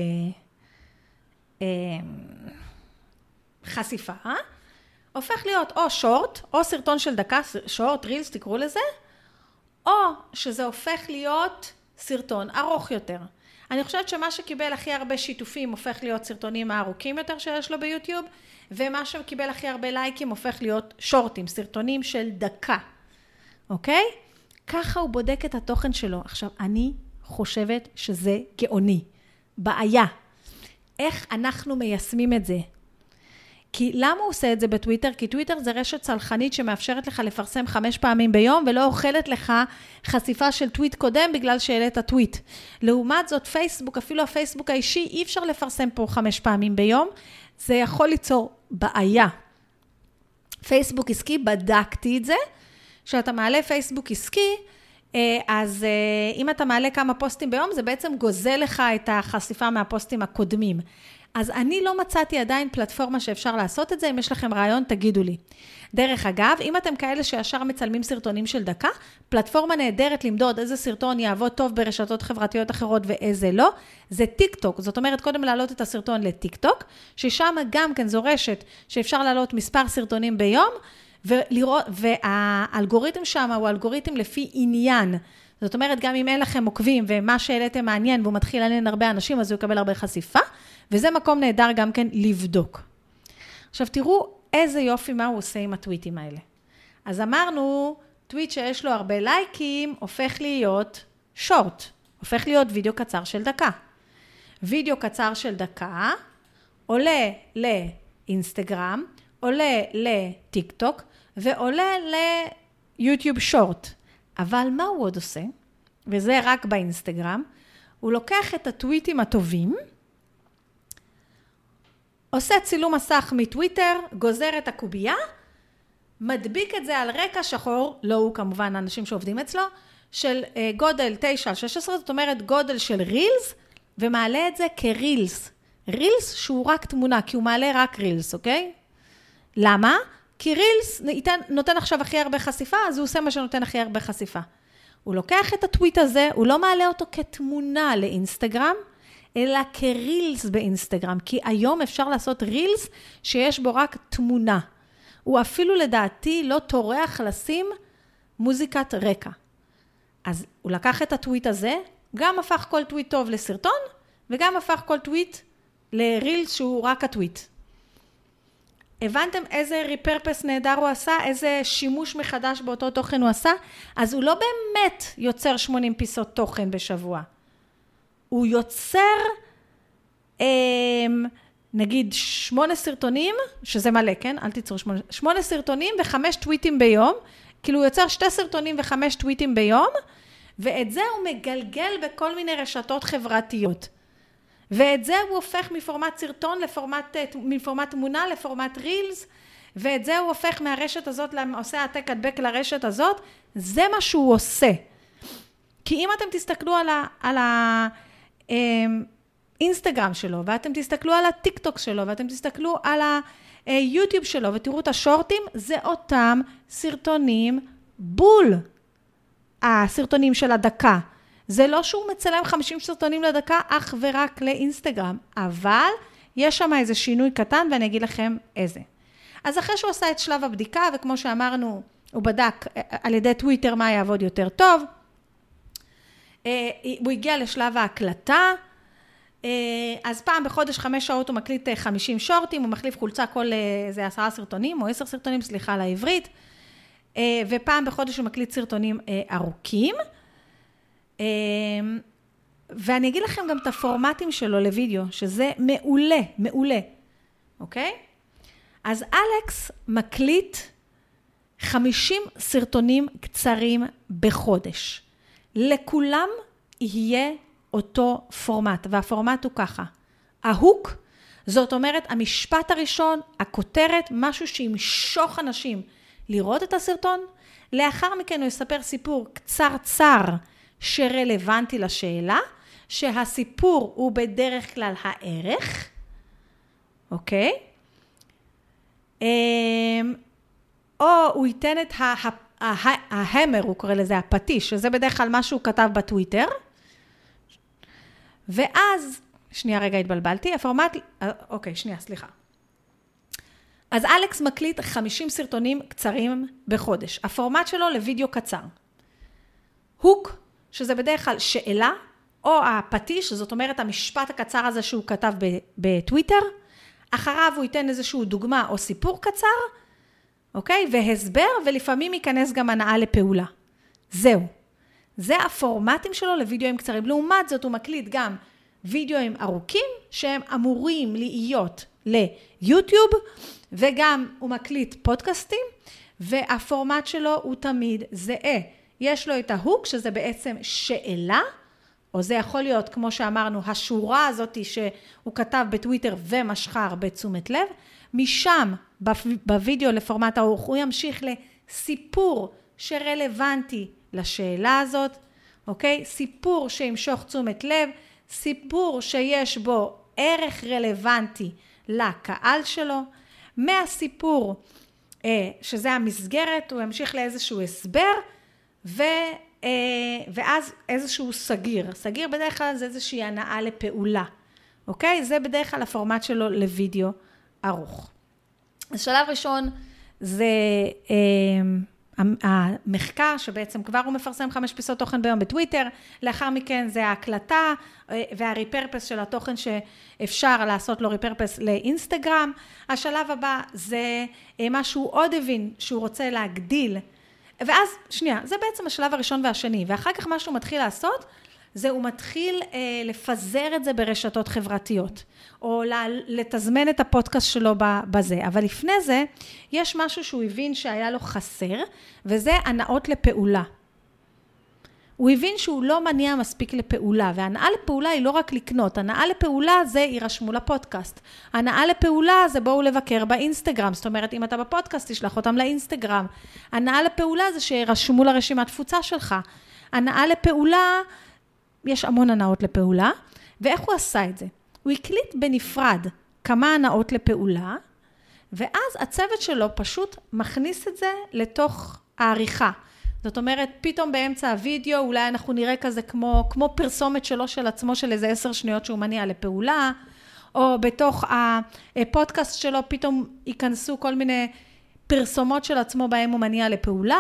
חשיפה, הופך להיות או שורט, או סרטון של דקה, שורט, רילס, תקראו לזה, או שזה הופך להיות סרטון ארוך יותר. אני חושבת שמה שקיבל הכי הרבה שיתופים הופך להיות סרטונים הארוכים יותר שיש לו ביוטיוב, ומה שקיבל הכי הרבה לייקים הופך להיות שורטים, סרטונים של דקה. אוקיי? ככה הוא בודק את התוכן שלו. עכשיו, אני חושבת שזה גאוני. בעיה. איך אנחנו מיישמים את זה? כי למה הוא עושה את זה בטוויטר? כי טוויטר זה רשת צלחנית שמאפשרת לך לפרסם 5 פעמים ביום, ולא אוכלת לך חשיפה של טוויט קודם בגלל שהעלית טוויט. לעומת זאת, פייסבוק, אפילו הפייסבוק האישי, אי אפשר לפרסם פה 5 פעמים ביום. זה יכול ליצור בעיה. פייסבוק עסקי, בדקתי את זה. כשאתה מעלה פייסבוק עסקי, אז אם אתה מעלה כמה פוסטים ביום, זה בעצם גוזל לך את החשיפה מהפוסטים הקודמים. אז אני לא מצאתי עדיין פלטפורמה שאפשר לעשות את זה. אם יש לכם רעיון, תגידו לי. דרך אגב, אם אתם כאלה שישר מצלמים סרטונים של דקה, פלטפורמה נהדרת למדוד איזה סרטון יעבוד טוב ברשתות חברתיות אחרות ואיזה לא, זה טיק טוק. זאת אומרת, קודם להעלות את הסרטון לטיק טוק, ששם גם כן זו רשת שאפשר להעלות מספר סרטונים ביום, והאלגוריתם שם הוא אלגוריתם לפי עניין. זאת אומרת, גם אם אין לכם עוקבים ומה שהעליתם מעניין והוא מתחיל לעניין הרבה אנשים, אז הוא יקבל הרבה חשיפה, וזה מקום נהדר גם כן לבדוק. עכשיו תראו איזה יופי מה הוא עושה עם הטוויטים האלה. אז אמרנו, טוויט שיש לו הרבה לייקים הופך להיות שורט, הופך להיות וידאו קצר של דקה. וידאו קצר של דקה עולה לאינסטגרם, עולה לטיק טוק ועולה ליוטיוב שורט. אבל מה הוא עוד עושה? וזה רק באינסטגרם. הוא לוקח את הטוויטים הטובים, עושה צילום מסך מטוויטר, גוזר את הקובייה, מדביק את זה על רקע שחור, לא הוא כמובן אנשים שעובדים אצלו, של גודל 9-16, זאת אומרת גודל של רילס, ומעלה את זה כרילס. רילס שהוא רק תמונה, כי הוא מעלה רק רילס, אוקיי? למה? כי רילס נותן עכשיו הכי הרבה חשיפה, אז הוא עושה מה שנותן הכי הרבה חשיפה. הוא לוקח את הטוויט הזה, הוא לא מעלה אותו כתמונה לאינסטגרם, אלא כרילס באינסטגרם, כי היום אפשר לעשות רילס שיש בו רק תמונה. הוא אפילו לדעתי לא טורח לשים מוזיקת רקע. אז הוא לקח את הטוויט הזה, גם הפך כל טוויט טוב לסרטון, וגם הפך כל טוויט לרילס שהוא רק הטוויט. הבנתם איזה ריפרפס נהדר הוא עשה? איזה שימוש מחדש באותו תוכן הוא עשה? אז הוא לא באמת יוצר 80 פיסות תוכן בשבוע. הוא יוצר, נגיד 8 סרטונים, שזה מלא, כן? אל תיצרו 8 סרטונים ו5 טוויטים ביום. כאילו הוא יוצר 2 סרטונים ו5 טוויטים ביום, ואת זה הוא מגלגל בכל מיני רשתות חברתיות. ואת זה הוא הופך מפורמט סרטון מפורמט תמונה לפורמט רילס, ואת זה הוא הופך מהרשת הזאת, עושה העתק הדבק לרשת הזאת, זה מה שהוא עושה. כי אם אתם תסתכלו על האינסטגרם שלו, ואתם תסתכלו על הטיק טוק שלו, ואתם תסתכלו על היוטיוב שלו, ותראו את השורטים, זה אותם סרטונים בול. הסרטונים של הדקה. זה לא שהוא מצלם 50 סרטונים לדקה, אך ורק לאינסטגרם, אבל יש שם איזה שינוי קטן, ואני אגיד לכם איזה. אז אחרי שהוא עשה את שלב הבדיקה, וכמו שאמרנו, הוא בדק על ידי טוויטר מה יעבוד יותר טוב, הוא הגיע לשלב ההקלטה, אז פעם בחודש 5 שעות הוא מקליט 50 שורטים, הוא מחליף חולצה כל איזה 10 סרטונים, או 10 סרטונים, סליחה על העברית, ופעם בחודש הוא מקליט סרטונים ארוכים, ואני אגיד לכם גם את הפורמטים שלו לוידאו, שזה מעולה, מעולה, אוקיי? אז אלכס מקליט 50 סרטונים קצרים בחודש. לכולם יהיה אותו פורמט, והפורמט הוא ככה. ההוק, זאת אומרת, המשפט הראשון, הכותרת, משהו שימשוך אנשים לראות את הסרטון, לאחר מכן הוא יספר סיפור קצר שרלוונטי לשאלה, שהסיפור הוא בדרך כלל הערך, אוקיי? או הוא ייתן את ההמר, הוא קורא לזה הפטיש, שזה בדרך כלל מה שהוא כתב בטוויטר, ואז, שנייה רגע התבלבלתי, הפורמט, אוקיי, שנייה, סליחה. אז אלכס מקליט 50 סרטונים קצרים בחודש. הפורמט שלו לוידאו קצר. הוק, שזה בדרך כלל שאלה, או הפטיש, זאת אומרת המשפט הקצר הזה שהוא כתב בטוויטר, אחריו הוא ייתן איזשהו דוגמה או סיפור קצר, אוקיי? והסבר, ולפעמים ייכנס גם הנאה לפעולה. זהו. זה הפורמטים שלו לוידאוים קצרים. לעומת זאת, הוא מקליט גם וידאוים ארוכים, שהם אמורים להיות ליוטיוב, וגם הוא מקליט פודקאסטים, והפורמט שלו הוא תמיד זהה. יש לו את ההוק, שזה בעצם שאלה, או זה יכול להיות, כמו שאמרנו, השורה הזאת שהוא כתב בטוויטר ומשכה הרבה תשומת לב, משם בווידאו לפורמט הארוך הוא ימשיך לסיפור שרלוונטי לשאלה הזאת, אוקיי? סיפור שימשוך תשומת לב, סיפור שיש בו ערך רלוונטי לקהל שלו, מהסיפור שזה המסגרת, הוא ימשיך לאיזשהו הסבר, ואז איזשהו סגיר. סגיר בדרך כלל זה איזושהי הנאה לפעולה, אוקיי? זה בדרך כלל הפורמט שלו לוידאו ארוך. אז שלב ראשון זה המחקר שבעצם כבר הוא מפרסם 5 פיסות תוכן ביום בטוויטר, לאחר מכן זה ההקלטה והריפרפס של התוכן שאפשר לעשות לו ריפרפס לאינסטגרם. השלב הבא זה מה שהוא עוד הבין שהוא רוצה להגדיל, ואז שנייה, זה בעצם השלב הראשון והשני, ואחר כך מה שהוא מתחיל לעשות, זה הוא מתחיל לפזר את זה ברשתות חברתיות, או לתזמן את הפודקאסט שלו בזה. אבל לפני זה, יש משהו שהוא הבין שהיה לו חסר, וזה הנאות לפעולה. הוא הבין שהוא לא מניע מספיק לפעולה, והנאה לפעולה היא לא רק לקנות, הנאה לפעולה זה יירשמו לפודקאסט. הנאה לפעולה זה בואו לבקר באינסטגרם, זאת אומרת, אם אתה בפודקאסט, תשלח אותם לאינסטגרם. הנאה לפעולה זה שירשמו לרשימת תפוצה שלך. הנאה לפעולה, יש המון הנאות לפעולה, ואיך הוא עשה את זה? הוא הקליט בנפרד כמה הנאות לפעולה, ואז הצוות שלו פשוט מכניס את זה לתוך העריכה. זאת אומרת, פתאום באמצע הוידאו, אולי אנחנו נראה כזה כמו פרסומת שלו של עצמו, של איזה 10 שניות שהוא מניע לפעולה, או בתוך הפודקאסט שלו, פתאום ייכנסו כל מיני פרסומות של עצמו בהם הוא מניע לפעולה,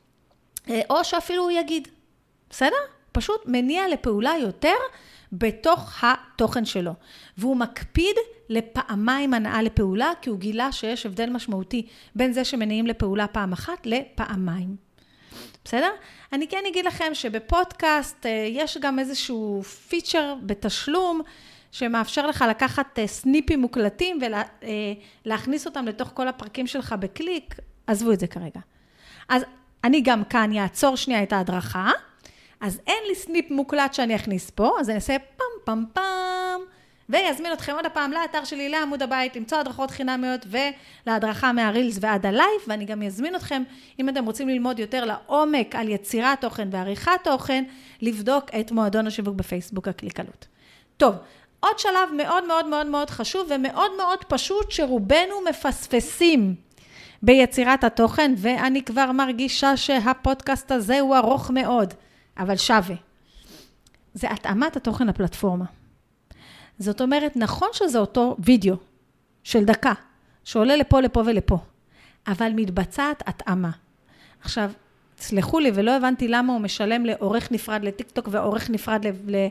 או שאפילו הוא יגיד, בסדר? פשוט מניע לפעולה יותר בתוך התוכן שלו. והוא מקפיד לפעמיים הנאה לפעולה, כי הוא גילה שיש הבדל משמעותי בין זה שמניעים לפעולה פעם אחת לפעמיים. בסדר? אני כן אגיד לכם שבפודקאסט יש גם איזשהו פיצ'ר בתשלום, שמאפשר לך לקחת סניפים מוקלטים ולהכניס אותם לתוך כל הפרקים שלך בקליק. עזבו את זה כרגע. אז אני גם כאן יעצור שנייה את ההדרכה, אז אין לי סניפ מוקלט שאני אכניס פה, אז אני אעשה פם פם פם, ויזמין אתכם עוד הפעם לאתר שלי, לעמוד הבית, למצוא הדרכות חינמיות ולהדרכה מהרילס ועד הלייב, ואני גם יזמין אתכם, אם אתם רוצים ללמוד יותר לעומק על יצירת תוכן ועריכת תוכן, לבדוק את מועדון השיווק בפייסבוק הקליקלות. טוב, עוד שלב מאוד מאוד מאוד מאוד חשוב ומאוד מאוד פשוט שרובנו מפספסים ביצירת התוכן, ואני כבר מרגישה שהפודקאסט הזה הוא ארוך מאוד, אבל שווה. זה התאמת התוכן לפלטפורמה. זאת אומרת, נכון שזה אותו וידאו של דקה, שעולה לפה, לפה ולפה, אבל מתבצעת התאמה. עכשיו, סלחו לי, ולא הבנתי למה הוא משלם לעורך נפרד לטיקטוק, ועורך נפרד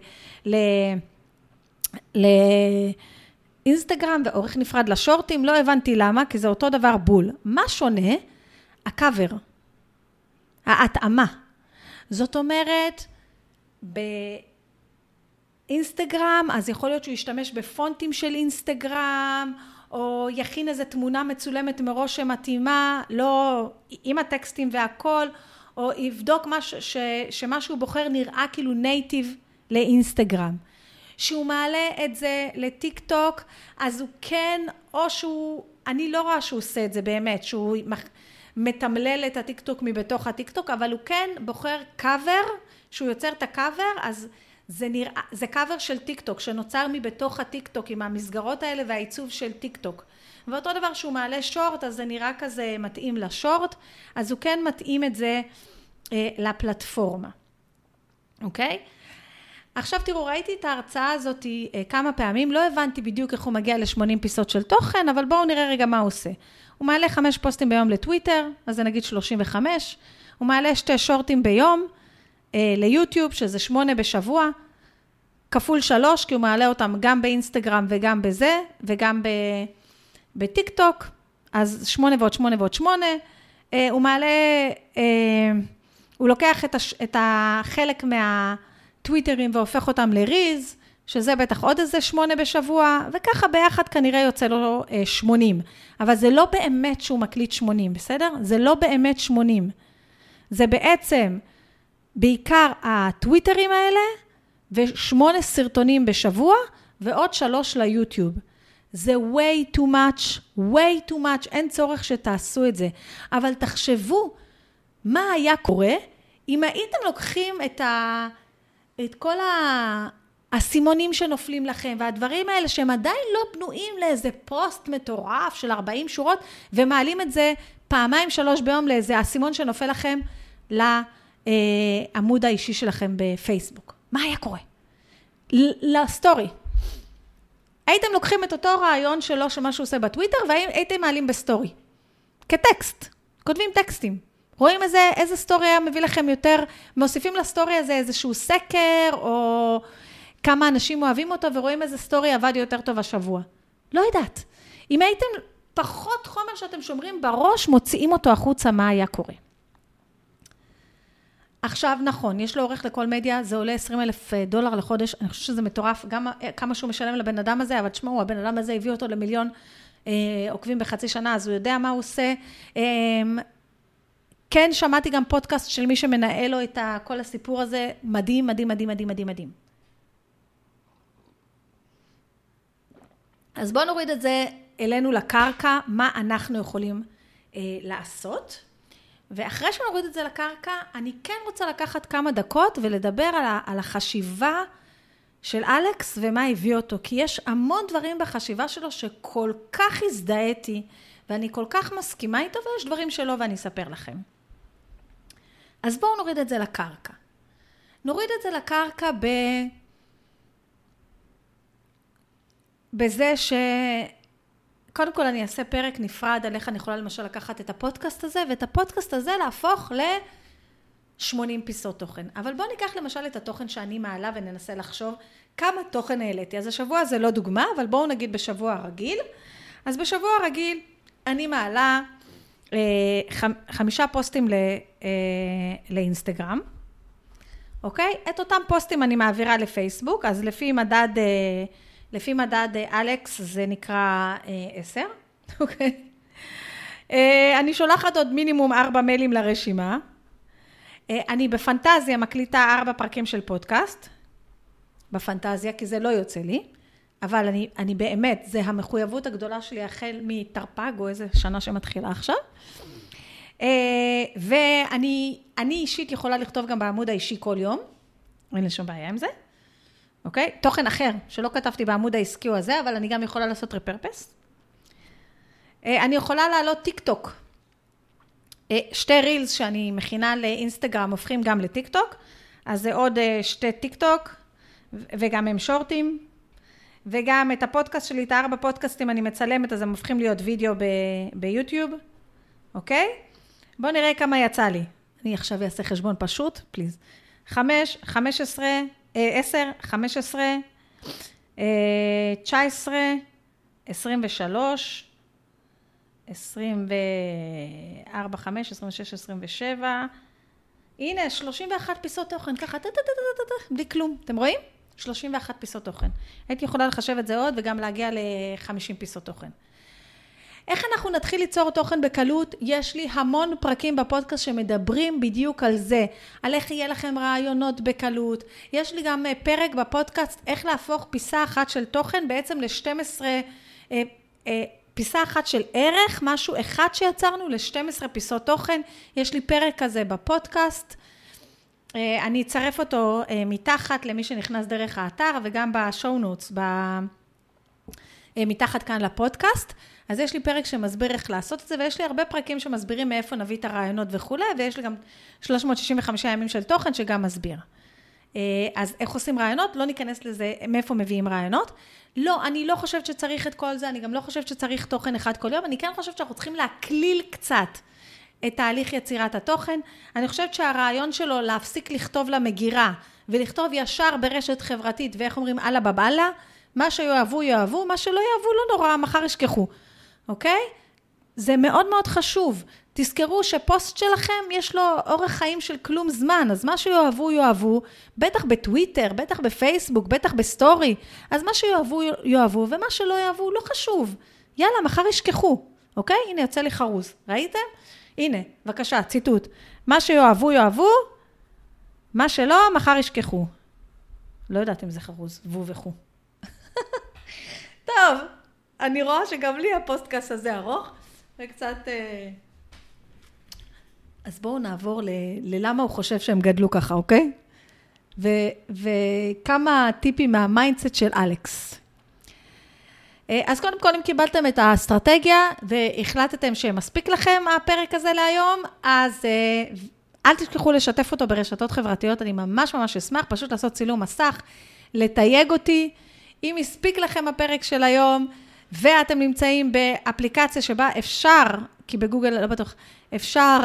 לאינסטגרם, ועורך נפרד לשורטים, לא הבנתי למה, כי זה אותו דבר בול. מה שונה? הקאבר, ההתאמה. זאת אומרת, באינסטגרם, אז יכול להיות שהוא ישתמש בפונטים של אינסטגרם, או יכין איזו תמונה מצולמת מראש שמתאימה, לא עם הטקסטים והכל, או יבדוק שמה שהוא בוחר נראה כאילו נייטיב לאינסטגרם. שהוא מעלה את זה לטיק טוק, אז הוא כן, או שהוא, אני לא רואה שהוא עושה את זה באמת, שהוא מתמלל את הטיק טוק מבתוך הטיק טוק, אבל הוא כן בוחר קאבר, שהוא יוצר את הקאבר, אז זה קאבר של טיק טוק, שנוצר מבתוך הטיק טוק, עם המסגרות האלה והעיצוב של טיק טוק. ואותו דבר שהוא מעלה שורט, אז זה נראה כזה מתאים לשורט, אז הוא כן מתאים את זה לפלטפורמה. אוקיי? עכשיו תראו, ראיתי את ההרצאה הזאת כמה פעמים, לא הבנתי בדיוק איך הוא מגיע ל80 פיסות של תוכן, אבל בואו נראה רגע מה הוא עושה. הוא מעלה 5 פוסטים ביום לטוויטר, אז זה נגיד 35, הוא מעלה 2 שורטים ביום ליוטיוב, שזה 8 בשבוע, כפול 3, כי הוא מעלה אותם גם באינסטגרם וגם בזה, וגם בטיק טוק, אז 8 ועוד 8 ועוד 8, הוא מעלה, הוא לוקח את החלק מהטוויטרים והופך אותם לריז, שזה בטח עוד איזה 8 בשבוע, וככה ביחד כנראה יוצא לו 80. אבל זה לא באמת שהוא מקליט 80, בסדר? זה לא באמת 80. זה בעצם בעיקר הטוויטרים האלה, ו8 סרטונים בשבוע, ועוד 3 ליוטיוב. זה way too much, אין צורך שתעשו את זה. אבל תחשבו מה היה קורה, אם הייתם לוקחים את כל הסימונים שנופלים לכם, והדברים האלה שהם עדיין לא בנויים לאיזה פוסט מטורף של 40 שורות, ומעלים את זה 2-3 ביום לאיזה הסימון שנופל לכם לעמוד האישי שלכם בפייסבוק. מה היה קורה? לסטורי. הייתם לוקחים את אותו רעיון שלו שמה שהוא עושה בטוויטר, והייתם מעלים בסטורי. כטקסט. כותבים טקסטים. רואים איזה סטורי היה מביא לכם יותר, מוסיפים לסטורי הזה איזשהו סקר, או כמה אנשים אוהבים אותו, ורואים איזה סטורי עבד יותר טוב השבוע. לא יודעת. אם הייתם פחות חומר שאתם שומרים בראש, מוציאים אותו החוצה, מה היה קורה. עכשיו נכון, יש לו עורך לכל מדיה, זה עולה $20,000 לחודש, אני חושבת שזה מטורף, גם כמה שהוא משלם לבן אדם הזה, אבל תשמעו, הבן אדם הזה הביא אותו למיליון עוקבים בחצי שנה, אז הוא יודע מה הוא עושה. כן, שמעתי גם פודקאסט של מי שמנהל לו את כל הסיפור הזה, מדהים, מדהים, מדהים, מדהים, מדהים, מדהים. אז בואו נוריד את זה אלינו לקרקע, מה אנחנו יכולים לעשות. ואחרי שנוריד את זה לקרקע, אני כן רוצה לקחת כמה דקות ולדבר על החשיבה של אלכס ומה הביא אותו. כי יש המון דברים בחשיבה שלו שכל כך הזדהיתי, ואני כל כך מסכימה איתו, ויש דברים שלו ואני אספר לכם. אז בואו נוריד את זה לקרקע. נוריד את זה לקרקע בזה קודם כל אני אעשה פרק נפרד על איך אני יכולה למשל לקחת את הפודקאסט הזה, ואת הפודקאסט הזה להפוך ל-80 פיסות תוכן. אבל בואו ניקח למשל את התוכן שאני מעלה וננסה לחשוב כמה תוכן העליתי. אז השבוע זה לא דוגמה, אבל בואו נגיד בשבוע הרגיל. אז בשבוע הרגיל אני מעלה 5 פוסטים לאינסטגרם. אוקיי? את אותם פוסטים אני מעבירה לפייסבוק, אז לפי מדד אלכס זה נקרא 10, אוקיי? אני שולחת עוד מינימום 4 מיילים לרשימה. אני בפנטזיה מקליטה 4 פרקים של פודקאסט, בפנטזיה, כי זה לא יוצא לי, אבל אני באמת, זה המחויבות הגדולה שלי החל מתרפ"ג, או איזה שנה שמתחילה עכשיו. ואני אישית יכולה לכתוב גם בעמוד האישי כל יום, אין לי שום בעיה עם זה. אוקיי? תוכן אחר, שלא כתבתי בעמוד העסקי או הזה, אבל אני גם יכולה לעשות רפרפס. אני יכולה לעלות טיק טוק. 2 רילס שאני מכינה לאינסטגרם, הופכים גם לטיק טוק. אז זה עוד 2 טיק טוק, וגם הם שורטים. וגם את הפודקאסט שלי, את 4 פודקאסטים אני מצלמת, אז הם הופכים להיות וידאו ביוטיוב. אוקיי? בואו נראה כמה יצא לי. אני עכשיו אעשה חשבון פשוט, פליז. 5, 15, 10, 15, 19, 23, 24, 5, 26, 27. הנה, 31 פיסות תוכן, ככה, בלי כלום. אתם רואים? 31 פיסות תוכן. הייתי יכולה לחשב את זה עוד וגם להגיע ל-50 פיסות תוכן. איך אנחנו נתחיל ליצור תוכן בקלות? יש לי המון פרקים בפודקאסט שמדברים בדיוק על זה, על איך יהיה לכם רעיונות בקלות. יש לי גם פרק בפודקאסט איך להפוך פיסה אחת של תוכן בעצם ל-12, פיסה אחת של ערך, משהו אחד שיצרנו ל-12 פיסות תוכן. יש לי פרק כזה בפודקאסט. אני אצרף אותו מתחת למי שנכנס דרך האתר וגם בשואו נוטס, מתחת כאן לפודקאסט. אז יש לי פרק שמסביר איך לעשות את זה, ויש לי הרבה פרקים שמסבירים מאיפה נביא את הרעיונות וכו', ויש לי גם 365 ימים של תוכן שגם מסביר. אז איך עושים רעיונות? לא ניכנס לזה מאיפה מביאים רעיונות. לא, אני לא חושבת שצריך את כל זה, אני גם לא חושבת שצריך תוכן אחד כל יום, אני כן חושבת שאנחנו צריכים להקליל קצת את תהליך יצירת התוכן. אני חושבת שהרעיון שלו להפסיק לכתוב למגירה, ולכתוב ישר ברשת חברתית, ואיך אומרים, אללה בבאללה, מה שיואבו, יאהבו, מה שלא יאהבו, לא נורא, מחר ישכחו. אוקיי? זה מאוד מאוד חשוב. תזכרו שפוסט שלכם יש לו אורך חיים של כלום זמן, אז מה שיואבו, יואבו, בטח בטוויטר, בטח בפייסבוק, בטח בסטורי, אז מה שיואבו, יואבו, ומה שלא יאהבו, לא חשוב. יאללה, מחר ישכחו, אוקיי? הנה, יוצא לי חרוז. ראיתם? הנה, בבקשה, ציטוט. מה שיואבו, יואבו, מה שלא, מחר ישכחו. לא יודעת אם זה חרוז, וו וכו. טוב, אני רואה שגם לי הפוסטקאסט הזה ארוך, וקצת... אז בואו נעבור ללמה הוא חושב שהם גדלו ככה, אוקיי? וכמה טיפים מהמיינדסט של אלכס. אז קודם כל, אם קיבלתם את האסטרטגיה, והחלטתם שמספיק לכם הפרק הזה להיום, אז אל תשכחו לשתף אותו ברשתות חברתיות, אני ממש ממש אשמח, פשוט לעשות צילום מסך, לתייג אותי. אם הספיק לכם הפרק של היום, ואתם נמצאים באפליקציה שבה אפשר, כי בגוגל לא בטוח, אפשר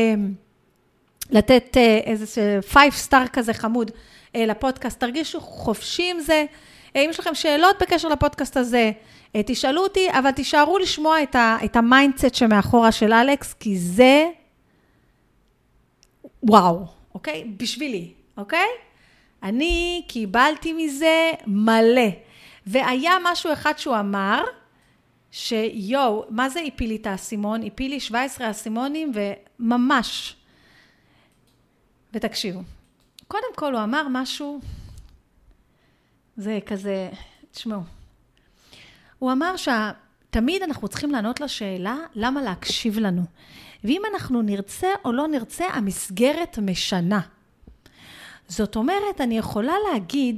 לתת איזה 5 star כזה חמוד לפודקאסט, תרגישו חופשי עם זה. אם יש לכם שאלות בקשר לפודקאסט הזה, תשאלו אותי, אבל תישארו לשמוע את המיינדסט שמאחורה של אלכס, כי זה וואו, אוקיי? בשבילי, אוקיי? אני קיבלתי מזה מלא. והיה משהו אחד שהוא אמר, שיו, מה זה הפיל לי את האסימון? הפיל לי 17 אסימונים וממש. ותקשיבו. קודם כל הוא אמר משהו, זה כזה, תשמעו. הוא אמר שתמיד אנחנו צריכים לענות לשאלה, למה להקשיב לנו? ואם אנחנו נרצה או לא נרצה, המסגרת משנה. זאת אומרת, אני יכולה להגיד,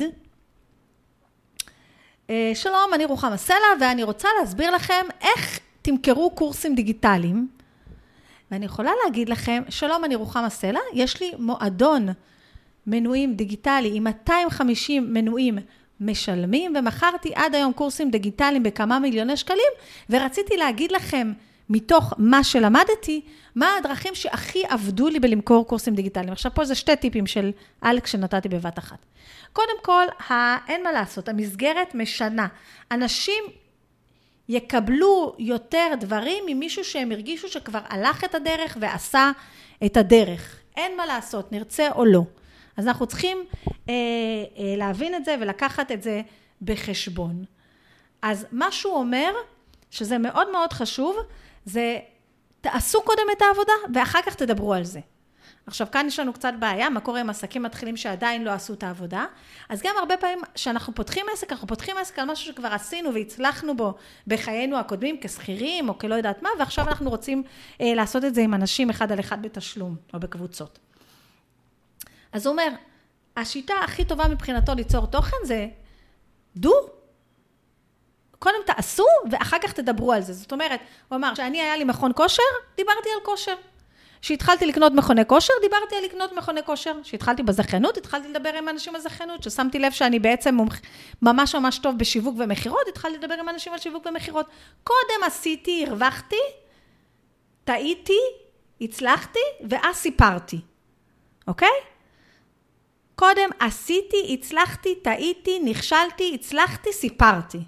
שלום, אני רוחמה סלע, ואני רוצה להסביר לכם איך תמכרו קורסים דיגיטליים. ואני יכולה להגיד לכם, שלום, אני רוחמה סלע, יש לי מועדון מנויים דיגיטלי עם 250 מנויים משלמים, ומכרתי עד היום קורסים דיגיטליים בכמה מיליוני שקלים, ורציתי להגיד לכם, מתוך מה שלמדתי, מה הדרכים שהכי עבדו לי בלמכור קורסים דיגיטליים. עכשיו פה זה 2 טיפים של אלכס שנתתי בבת אחת. קודם כל, אין מה לעשות, המסגרת משנה. אנשים יקבלו יותר דברים ממישהו שהם הרגישו שכבר הלך את הדרך ועשה את הדרך. אין מה לעשות, נרצה או לא. אז אנחנו צריכים להבין את זה ולקחת את זה בחשבון. אז מה שהוא אומר, שזה מאוד מאוד חשוב, זה תעשו קודם את העבודה ואחר כך תדברו על זה. עכשיו כאן יש לנו קצת בעיה, מה קורה עם עסקים מתחילים שעדיין לא עשו את העבודה, אז גם הרבה פעמים שאנחנו פותחים עסק, אנחנו פותחים עסק על משהו שכבר עשינו והצלחנו בו בחיינו הקודמים כשכירים או כלא יודעת מה, ועכשיו אנחנו רוצים לעשות את זה עם אנשים אחד על אחד בתשלום או בקבוצות. אז הוא אומר, השיטה הכי טובה מבחינתו ליצור תוכן זה קודם תעשו ואחר כך תדברו על זה. זאת אומרת, הוא אמר, שאני היה לי מכון כושר, דיברתי על כושר. שהתחלתי לקנות מכוני כושר, דיברתי על לקנות מכוני כושר. שהתחלתי בזכיינות, התחלתי לדבר עם אנשים על זכיינות. ששמתי לב שאני בעצם ממש ממש טוב בשיווק ומחירות, התחלתי לדבר עם אנשים על שיווק ומחירות. קודם עשיתי, הרווחתי, טעיתי, הצלחתי, ואז סיפרתי. אוקיי? קודם עשיתי, הצלחתי, טעיתי, נכשלתי, הצלחתי, סיפרתי.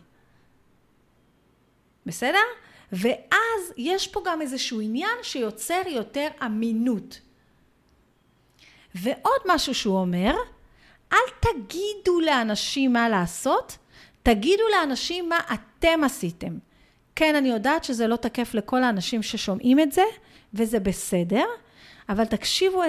בסדר? ואז יש פה גם איזשהו עניין שיוצר יותר אמינות. ועוד משהו שהוא אומר, אל תגידו לאנשים מה לעשות, תגידו לאנשים מה אתם עשיתם. כן, אני יודעת שזה לא תקף לכל האנשים ששומעים את זה, וזה בסדר, אבל תקשיבו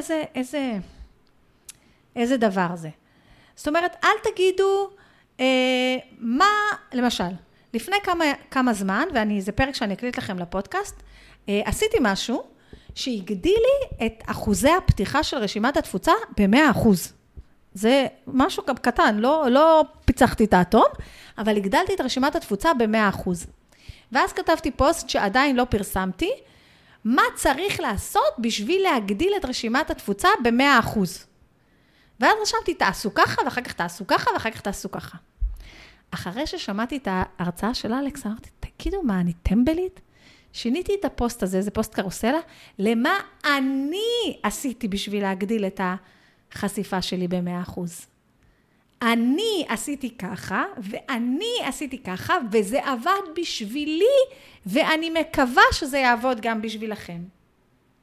איזה דבר זה. זאת אומרת, אל תגידו מה, למשל, לפני כמה זמן, זה פרק שאני אקליט לכם לפודקאסט, עשיתי משהו שהגדיל לי את אחוזי הפתיחה של רשימת התפוצה ב-100%. זה משהו קטן, לא פיצחתי את האטום, אבל הגדלתי את רשימת התפוצה ב-100%. ואז כתבתי פוסט שעדיין לא פרסמתי, מה צריך לעשות בשביל להגדיל את רשימת התפוצה ב-100%. ואז רשמתי, תעשו ככה, ואחר כך תעשו ככה, ואחר כך תעשו ככה. אחרי ששמעתי את ההרצאה של אלכס, אמרתי, תגידו מה, אני טמבלית? שיניתי את הפוסט הזה, זה פוסט קרוסלה, למה אני עשיתי בשביל להגדיל את החשיפה שלי ב-100%. אני עשיתי ככה, ואני עשיתי ככה, וזה עבד בשבילי, ואני מקווה שזה יעבוד גם בשבילכם.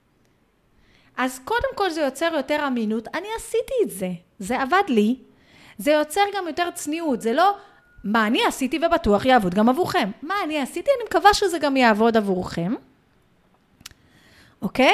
אז קודם כל זה יוצר יותר אמינות, אני עשיתי את זה, זה עבד לי, זה יוצר גם יותר צניעות, זה לא מה אני עשיתי ובטוח יעבוד גם עבורכם. מה אני עשיתי, אני מקווה שזה גם יעבוד עבורכם. אוקיי?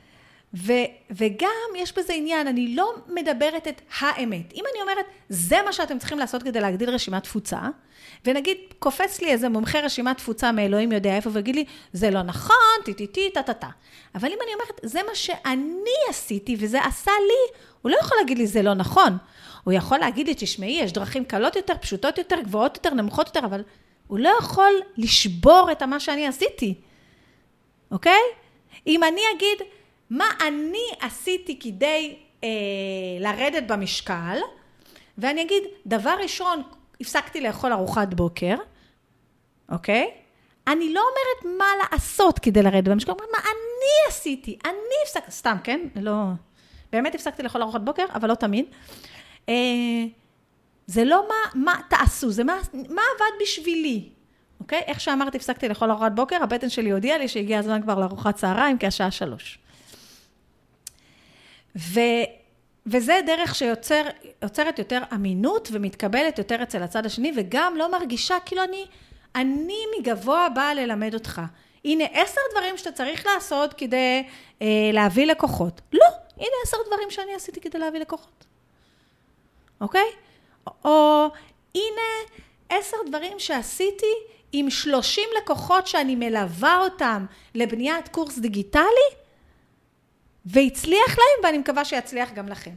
וגם יש בזה עניין, אני לא מדברת את האמת. אם אני אומרת, זה מה שאתם צריכים לעשות כדי להגדיל רשימת תפוצה, ונגיד, קופץ לי איזה מומחה רשימת תפוצה מאלוהים יודע איפה, ויגיד לי, זה לא נכון, טה. אבל אם אני אומרת, זה מה שאני עשיתי, וזה עשה לי, הוא לא יכול להגיד לי, זה לא נכון. הוא יכול להגיד לי, תשמעי, יש דרכים קלות יותר, פשוטות יותר, גבוהות יותר, נמוכות יותר, אבל הוא לא יכול לשבור את מה שאני עשיתי. אוקיי? אם אני אגיד, מה אני עשיתי כדי לרדת במשקל, ואני אגיד, דבר ראשון, הפסקתי לאכול ארוחת בוקר, אוקיי? אני לא אומרת מה לעשות כדי לרדת במשקל, אני אומרת, מה אני עשיתי? אני הפסקתי, סתם, כן? לא, באמת הפסקתי לאכול ארוחת בוקר, אבל לא תמיד. זה לא מה תעשו, זה מה עבד בשבילי. אוקיי? איך שאמרתי, הפסקתי לאכול ארוחת בוקר, הבטן שלי הודיעה לי שהגיע הזמן כבר לארוחת צהריים, כי השעה 3. וזה דרך שיוצרת יותר אמינות, ומתקבלת יותר אצל הצד השני, וגם לא מרגישה, כאילו אני מגבוה באה ללמד אותך. הנה 10 דברים שאתה צריך לעשות כדי להביא לקוחות. לא, הנה 10 דברים שאני עשיתי כדי להביא לקוחות. אוקיי? או הנה 10 דברים שעשיתי עם 30 לקוחות שאני מלווה אותם לבניית קורס דיגיטלי, והצליח להם, ואני מקווה שיצליח גם לכם.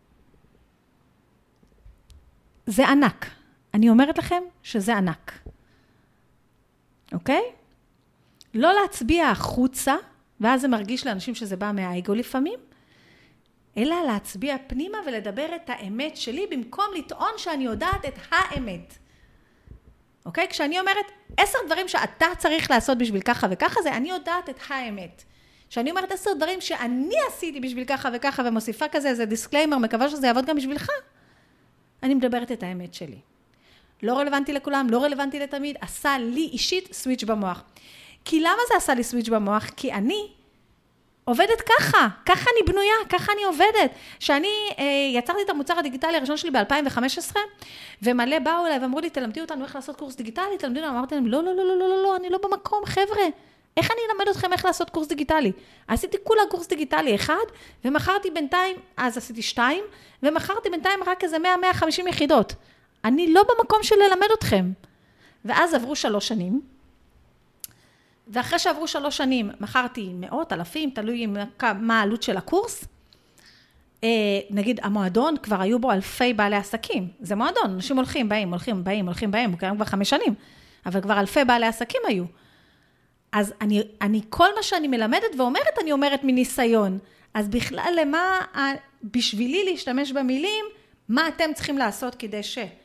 זה ענק. אני אומרת לכם שזה ענק. אוקיי? לא להצביע החוצה, ואז זה מרגיש לאנשים שזה בא מהאגו לפעמים, אלא להצביע פנימה ולדבר את האמת שלי, במקום לטעון שאני יודעת את האמת. אוקיי? כשאני אומרת 10 דברים שאתה צריך לעשות בשביל ככה וככה, זה אני יודעת את האמת. כשאני אומרת 10 דברים שאני עשיתי בשביל ככה וככה, ומוסיפה כזה, זה דיסקליימר, מקווה שזה יעבוד גם בשבילך, אני מדברת את האמת שלי. לא רלוונטי לכולם, לא רלוונטי לתמיד, עשה לי אישית סוויץ' במוח. כי למה זה עשה לי סוויץ' במוח? כי אני עובדת ככה אני בנויה, ככה אני עובדת. שאני יצרתי את המוצר הדיגיטלי הראשון שלי ב-2015, ומלא באו אליי ואמרו לי, תלמדי אותנו איך לעשות קורס דיגיטלי, תלמדי אותנו, אמרתי להם, לא, אני לא במקום, חבר'ה. איך אני אלמד אתכם איך לעשות קורס דיגיטלי? עשיתי כולה קורס דיגיטלי אחד, ומחרתי בינתיים, אז עשיתי 2, ומחרתי בינתיים רק איזה 100-150 יחידות. אני לא במקום של ללמד אתכם. ואז עברו 3 שנים, ואחרי שעברו 3 שנים, מחרתי 100, 1000, תלוי מה העלות של הקורס. נגיד, המועדון, כבר היו בו אלפי בעלי עסקים. זה מועדון, אנשים הולכים, באים, הוא קיים כבר 5 שנים, אבל כבר אלפי בעלי עסקים היו. אז אני כל מה שאני מלמדת ואומרת, אני אומרת מניסיון. אז בכלל, למה, בשבילי להשתמש במילים, מה אתם צריכים לעשות כדי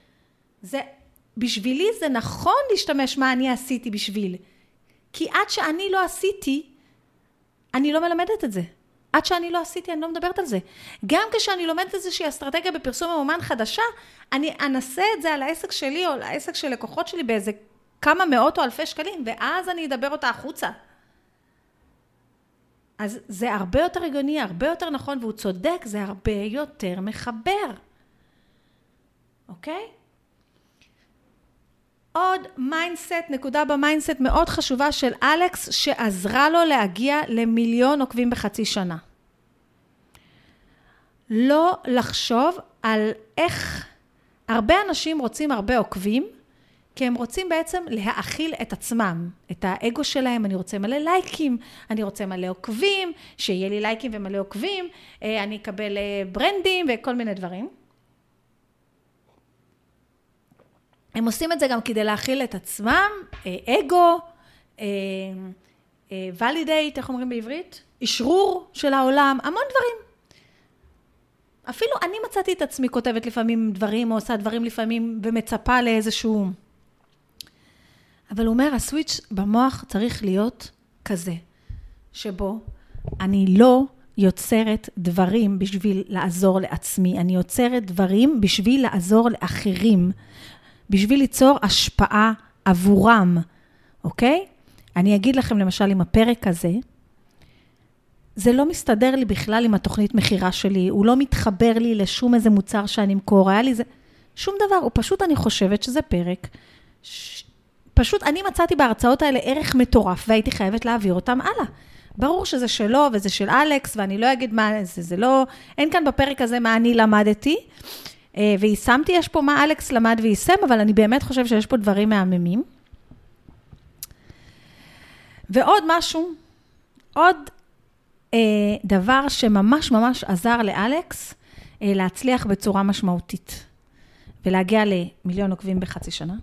בשבילי זה נכון להשתמש מה אני עשיתי בשביל. כי עד שאני לא עשיתי, אני לא מלמדת את זה. עד שאני לא עשיתי, אני לא מדברת על זה. גם כשאני לומדת איזושהי אסטרטגיה בפרסום ממומן חדשה, אני אנסה את זה על העסק שלי או על העסק של לקוחות שלי באיזה כמה מאות או אלפי שקלים, ואז אני אדבר אותה החוצה. אז זה הרבה יותר הגיוני, הרבה יותר נכון, והוא צודק, זה הרבה יותר מחבר. אוקיי? עוד מיינדסט, נקודה במיינדסט מאוד חשובה של אלכס, שעזרה לו להגיע ל1,000,000 עוקבים בחצי שנה. לא לחשוב על איך הרבה אנשים רוצים הרבה עוקבים, כי הם רוצים בעצם להאכיל את עצמם, את האגו שלהם, אני רוצה מלא לייקים, אני רוצה מלא עוקבים, שיהיה לי לייקים ומלא עוקבים, אני אקבל ברנדים וכל מיני דברים. הם עושים את זה גם כדי להאכיל את עצמם, אגו, ולידייט, איך אומרים בעברית? אשרור של העולם, המון דברים. אפילו אני מצאתי את עצמי כותבת לפעמים דברים, או עושה דברים לפעמים, ומצפה לאיזשהו... אבל הוא אומר, הסוויץ' במוח צריך להיות כזה, שבו אני לא יוצרת דברים בשביל לעזור לעצמי, אני יוצרת דברים בשביל לעזור לאחרים, בשביל ליצור השפעה עבורם, אוקיי? אני אגיד לכם למשל עם הפרק הזה, זה לא מסתדר לי בכלל עם התוכנית מחירה שלי, הוא לא מתחבר לי לשום איזה מוצר שאני אמכור, היה לי זה, שום דבר, הוא פשוט, אני חושבת שזה פרק, פשוט אני מצאתי בהרצאות האלה ערך מטורף, והייתי חייבת להעביר אותם הלאה. ברור שזה שלו וזה של אלכס, ואני לא אגיד מה זה לא, אין כאן בפרק הזה מה אני למדתי, ויישמתי, יש פה מה אלכס למד ויישם, אבל אני באמת חושב שיש פה דברים מהממים. ועוד משהו, עוד דבר שממש ממש עזר לאלכס, להצליח בצורה משמעותית, ולהגיע ל1,000,000 עוקבים בחצי שנה,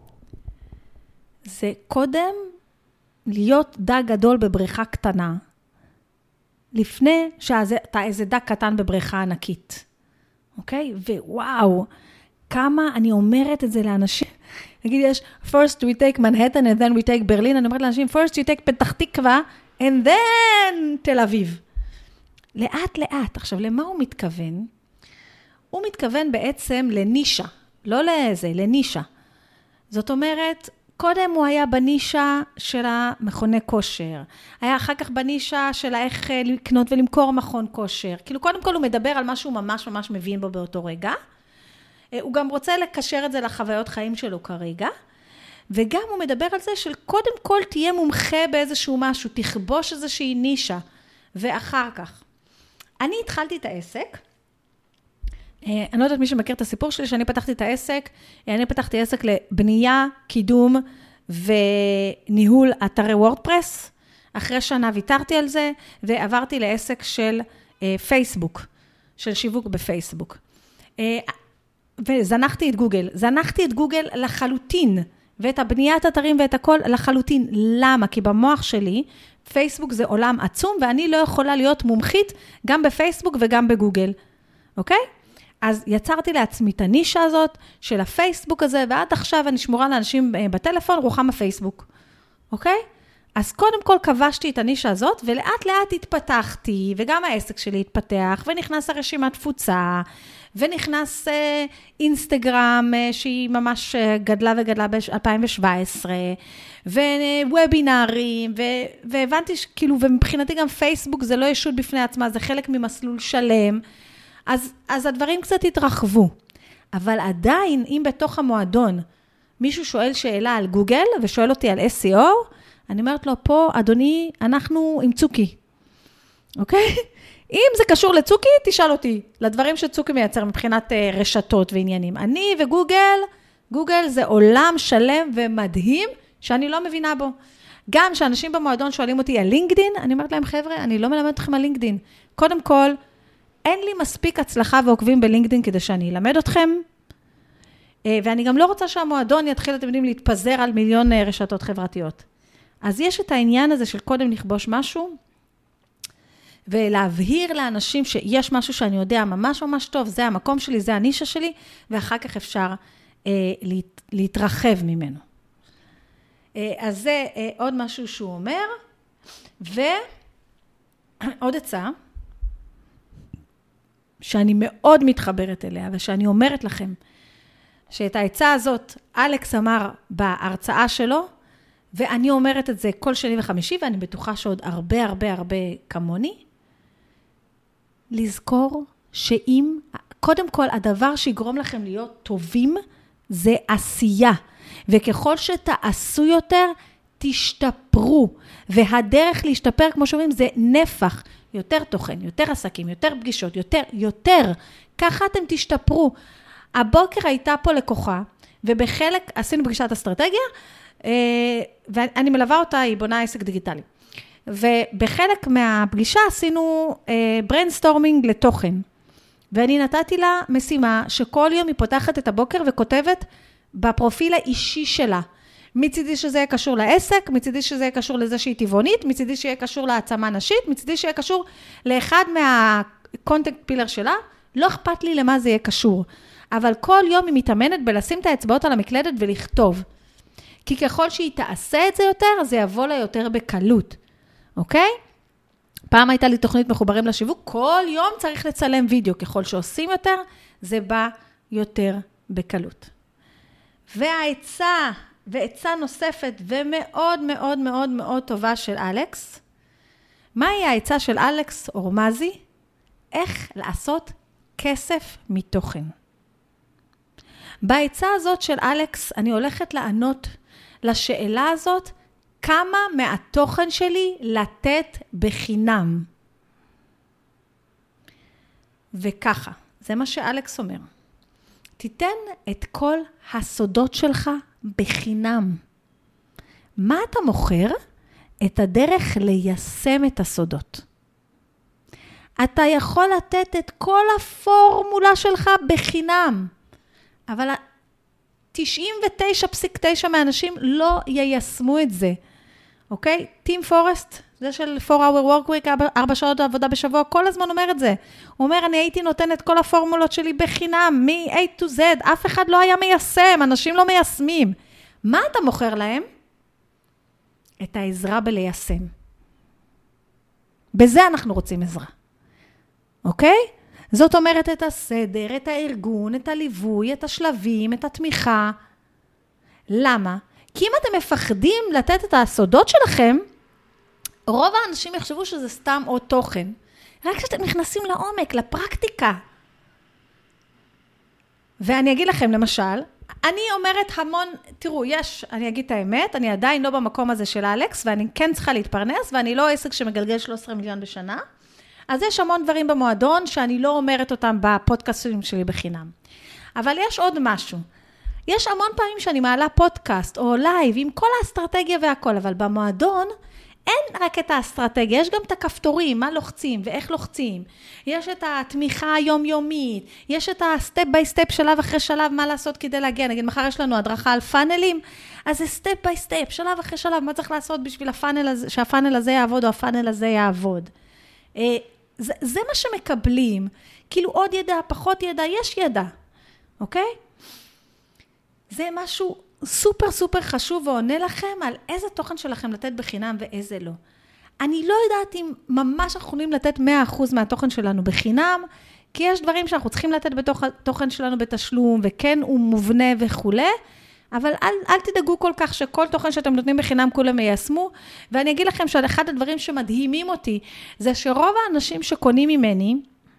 זה קודם להיות דג גדול בבריכה קטנה, לפני שאתה איזה דג קטן בבריכה ענקית. אוקיי? ווואו, כמה אני אומרת את זה לאנשים. נגיד, יש, first we take Manhattan and then we take Berlin, אני אומרת לאנשים, first you take פתח תקווה, and then תל אביב. לאט לאט. עכשיו, למה הוא מתכוון? הוא מתכוון בעצם לנישה, לא לזה, לנישה. זאת אומרת, קודם הוא היה בנישה של המכוני כושר, היה אחר כך בנישה של איך לקנות ולמכור מכון כושר. כאילו קודם כל הוא מדבר על מה שהוא ממש ממש מבין בו באותו רגע, הוא גם רוצה לקשר את זה לחוויות חיים שלו כרגע, וגם הוא מדבר על זה של קודם כל תהיה מומחה באיזשהו משהו, תכבוש איזושהי נישה, ואחר כך. אני התחלתי את העסק, אני לא יודעת מי שמכיר את הסיפור שלי, שאני פתחתי את העסק, אני פתחתי עסק לבנייה, קידום וניהול אתרי וורדפרס, אחרי שנה ויתרתי על זה, ועברתי לעסק של פייסבוק, של שיווק בפייסבוק. וזנחתי את גוגל לחלוטין, ואת הבניית אתרים ואת הכל לחלוטין. למה? כי במוח שלי, פייסבוק זה עולם עצום, ואני לא יכולה להיות מומחית גם בפייסבוק וגם בגוגל. אוקיי? אז יצרתי לעצמי את הנישה הזאת של הפייסבוק הזה, ועד עכשיו אני שמורה לאנשים בטלפון, רוחם הפייסבוק. אוקיי? אז קודם כל כבשתי את הנישה הזאת, ולאט לאט התפתחתי, וגם העסק שלי התפתח, ונכנס הרשימת תפוצה, ונכנס אינסטגרם, שהיא ממש גדלה וגדלה ב-2017, ווובינרים, והבנתי שכאילו, ומבחינתי גם פייסבוק זה לא ישות בפני עצמה, זה חלק ממסלול שלם, אז הדברים קצת התרחבו. אבל עדיין, אם בתוך המועדון, מישהו שואל שאלה על גוגל, ושואל אותי על SEO, אני אומרת לו, פה, אדוני, אנחנו עם צוקי. אוקיי? אם זה קשור לצוקי, תשאל אותי. לדברים שצוקי מייצר מבחינת רשתות ועניינים. אני גוגל זה עולם שלם ומדהים, שאני לא מבינה בו. גם שאנשים במועדון שואלים אותי על לינקדין, אני אומרת להם, חבר'ה, אני לא מלמד אתכם על לינקדין. קודם כל, אין לי מספיק הצלחה ועוקבים בלינקדין כדי שאני אלמד אתכם, ואני גם לא רוצה שהמועדון יתחיל, אתם יודעים, להתפזר על 1,000,000 רשתות חברתיות. אז יש את העניין הזה של קודם לכבוש משהו, ולהבהיר לאנשים שיש משהו שאני יודע ממש ממש טוב, זה המקום שלי, זה הנישה שלי, ואחר כך אפשר להתרחב ממנו. אז זה עוד משהו שהוא אומר, ועוד הצעה, שאני מאוד מתחברת אליה, ושאני אומרת לכם, שאת העצה הזאת, אלכס אמר בהרצאה שלו, ואני אומרת את זה כל שני וחמישי, ואני בטוחה שעוד הרבה הרבה הרבה כמוני, לזכור שאם, קודם כל, הדבר שיגרום לכם להיות טובים, זה עשייה. וככל שתעשו יותר, תשתפרו. והדרך להשתפר, כמו שאומרים, זה נפח. יותר תוכן, יותר עסקים, יותר פגישות, יותר. ככה אתם תשתפרו. הבוקר הייתה פה לקוחה, ובחלק, עשינו פגישת אסטרטגיה, ואני מלווה אותה, היא בונה עסק דיגיטלי. ובחלק מהפגישה עשינו בריינסטורמינג לתוכן. ואני נתתי לה משימה שכל יום היא פותחת את הבוקר וכותבת בפרופיל האישי שלה. מצידי שזה יהיה קשור לעסק, מצידי שזה יהיה קשור לזה שהיא טבעונית, מצידי שיהיה קשור להעצמה נשית, מצידי שיהיה קשור לאחד מהקונטקט פילר שלה, לא אכפת לי למה זה יהיה קשור. אבל כל יום היא מתאמנת בלשים את האצבעות על המקלדת ולכתוב. כי ככל שהיא תעשה את זה יותר, זה יבוא לה יותר בקלות. אוקיי? פעם הייתה לי תוכנית מחוברים לשיווק, כל יום צריך לצלם וידאו, ככל שעושים יותר, זה בא יותר בקלות. ועצה נוספת ומאוד מאוד מאוד מאוד טובה של אלכס, מהי העצה של אלכס אורמזי? איך לעשות כסף מתוכן. בעצה הזאת של אלכס, אני הולכת לענות לשאלה הזאת, כמה מהתוכן שלי לתת בחינם. וככה, זה מה שאלכס אומר. תיתן את כל הסודות שלך בחינם. מה אתה מוכר? את הדרך ליישם את הסודות. אתה יכול לתת את כל הפורמולה שלך בחינם, אבל 99.9 מהאנשים לא יישמו את זה. אוקיי? טים פורסט, זה של 4-hour work week, 4 שעות עבודה בשבוע, כל הזמן אומר את זה. הוא אומר, אני הייתי נותן את כל הפורמולות שלי בחינם, מ-A to Z, אף אחד לא היה מיישם, אנשים לא מיישמים. מה אתה מוכר להם? את העזרה בליישם. בזה אנחנו רוצים עזרה. אוקיי? זאת אומרת את הסדר, את הארגון, את הליווי, את השלבים, את התמיכה. למה? כי אם אתם מפחדים לתת את הסודות שלכם, רוב האנשים יחשבו שזה סתם עוד תוכן. רק כשאתם נכנסים לעומק, לפרקטיקה. ואני אגיד לכם, למשל, אני אומרת המון, תראו, אני אגיד את האמת, אני עדיין לא במקום הזה של אלכס, ואני כן צריכה להתפרנס, ואני לא עסק שמגלגל 13 מיליון בשנה, אז יש המון דברים במועדון שאני לא אומרת אותם בפודקאסטים שלי בחינם. אבל יש עוד משהו. יש המון פעמים שאני מעלה פודקאסט או לייב עם כל האסטרטגיה והכל, אבל במועדון אין רק את האסטרטגיה, יש גם את הכפתורים, מה לוחצים ואיך לוחצים. יש את התמיכה היומיומית, יש את הסטפ ביי סטפ, שלב אחרי שלב, מה לעשות כדי להגיע. נגיד, מחר יש לנו הדרכה על פאנלים, אז זה סטפ ביי סטפ, שלב אחרי שלב, מה צריך לעשות בשביל שהפאנל הזה יעבוד או הפאנל הזה יעבוד. זה מה שמקבלים. כאילו עוד ידע, פחות ידע, יש ידע. אוקיי? זה משהו סופר סופר חשוב ועונה לכם על איזה תוכן שלכם לתת בחינם ואיזה לא. אני לא יודעת אם ממש אנחנו יכולים לתת 100% מהתוכן שלנו בחינם, כי יש דברים שאנחנו צריכים לתת בתוך התוכן שלנו בתשלום, וכן הוא מובנה וכו', אבל אל תדאגו כל כך שכל תוכן שאתם נותנים בחינם כולם יישמו, ואני אגיד לכם שאחד הדברים שמדהימים אותי, זה שרוב האנשים שקונים ממני,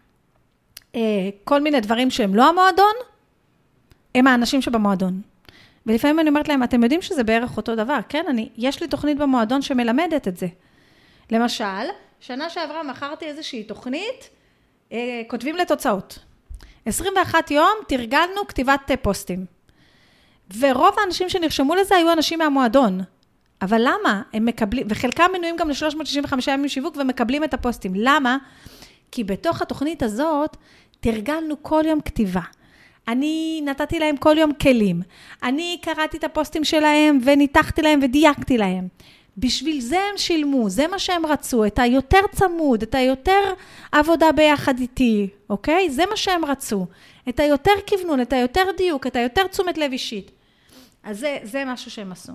כל מיני דברים שהם לא המועדון, הם האנשים שבמועדון. ולפעמים אני אומרת להם, אתם יודעים שזה בערך אותו דבר, כן? יש לי תוכנית במועדון שמלמדת את זה. למשל, שנה שעברה מכרתי איזושהי תוכנית, כותבים לתוצאות. 21 יום תרגלנו כתיבת פוסטים. ורוב האנשים שנרשמו לזה היו אנשים מהמועדון. אבל למה? הם מקבלים, וחלקם מנויים גם ל-365 ימים שיווק ומקבלים את הפוסטים. למה? כי בתוך התוכנית הזאת תרגלנו כל יום כתיבה. אני נתתי להם כל יום כלים. אני קראתי את הפוסטים שלהם וניתחתי להם ודייקתי להם. בשביל זה הם שילמו, זה מה שהם רצו, את היותר צמוד, את היותר עבודה ביחד איתי, אוקיי? זה מה שהם רצו. את היותר כיוונון, את היותר דיוק, את היותר תשומת לב אישית. אז זה משהו שהם עשו.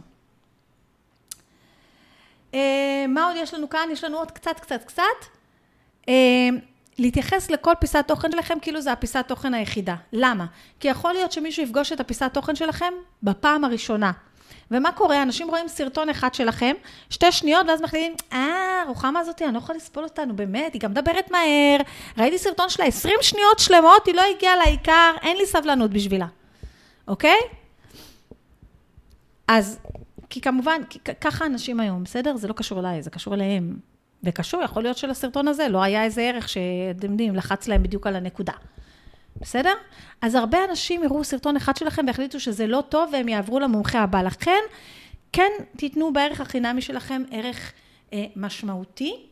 מה עוד יש לנו כאן? יש לנו עוד קצת. להתייחס לכל פיסת תוכן שלכם, כאילו זה הפיסת תוכן היחידה. למה? כי יכול להיות שמישהו יפגוש את הפיסת תוכן שלכם בפעם הראשונה. ומה קורה? אנשים רואים סרטון אחד שלכם, 2 שניות, ואז מחליטים, רוחמה הזאת, אני לא יכולה לספול אותנו, באמת, היא גם מדברת מהר, ראיתי סרטון שלה 20 שניות שלמות, היא לא הגיעה לעיקר, אין לי סבלנות בשבילה. אוקיי? אז, כי כמובן, ככה אנשים היום, בסדר? זה לא קשור אליי, זה קשור אליהם. וקשור, יכול להיות שלסרטון הזה לא היה איזה ערך שאתם יודעים, לחץ להם בדיוק על הנקודה. בסדר? אז הרבה אנשים יראו סרטון אחד שלכם והחליטו שזה לא טוב והם יעברו למומחה הבא. לכן, כן תיתנו בערך החינמי שלכם ערך משמעותי.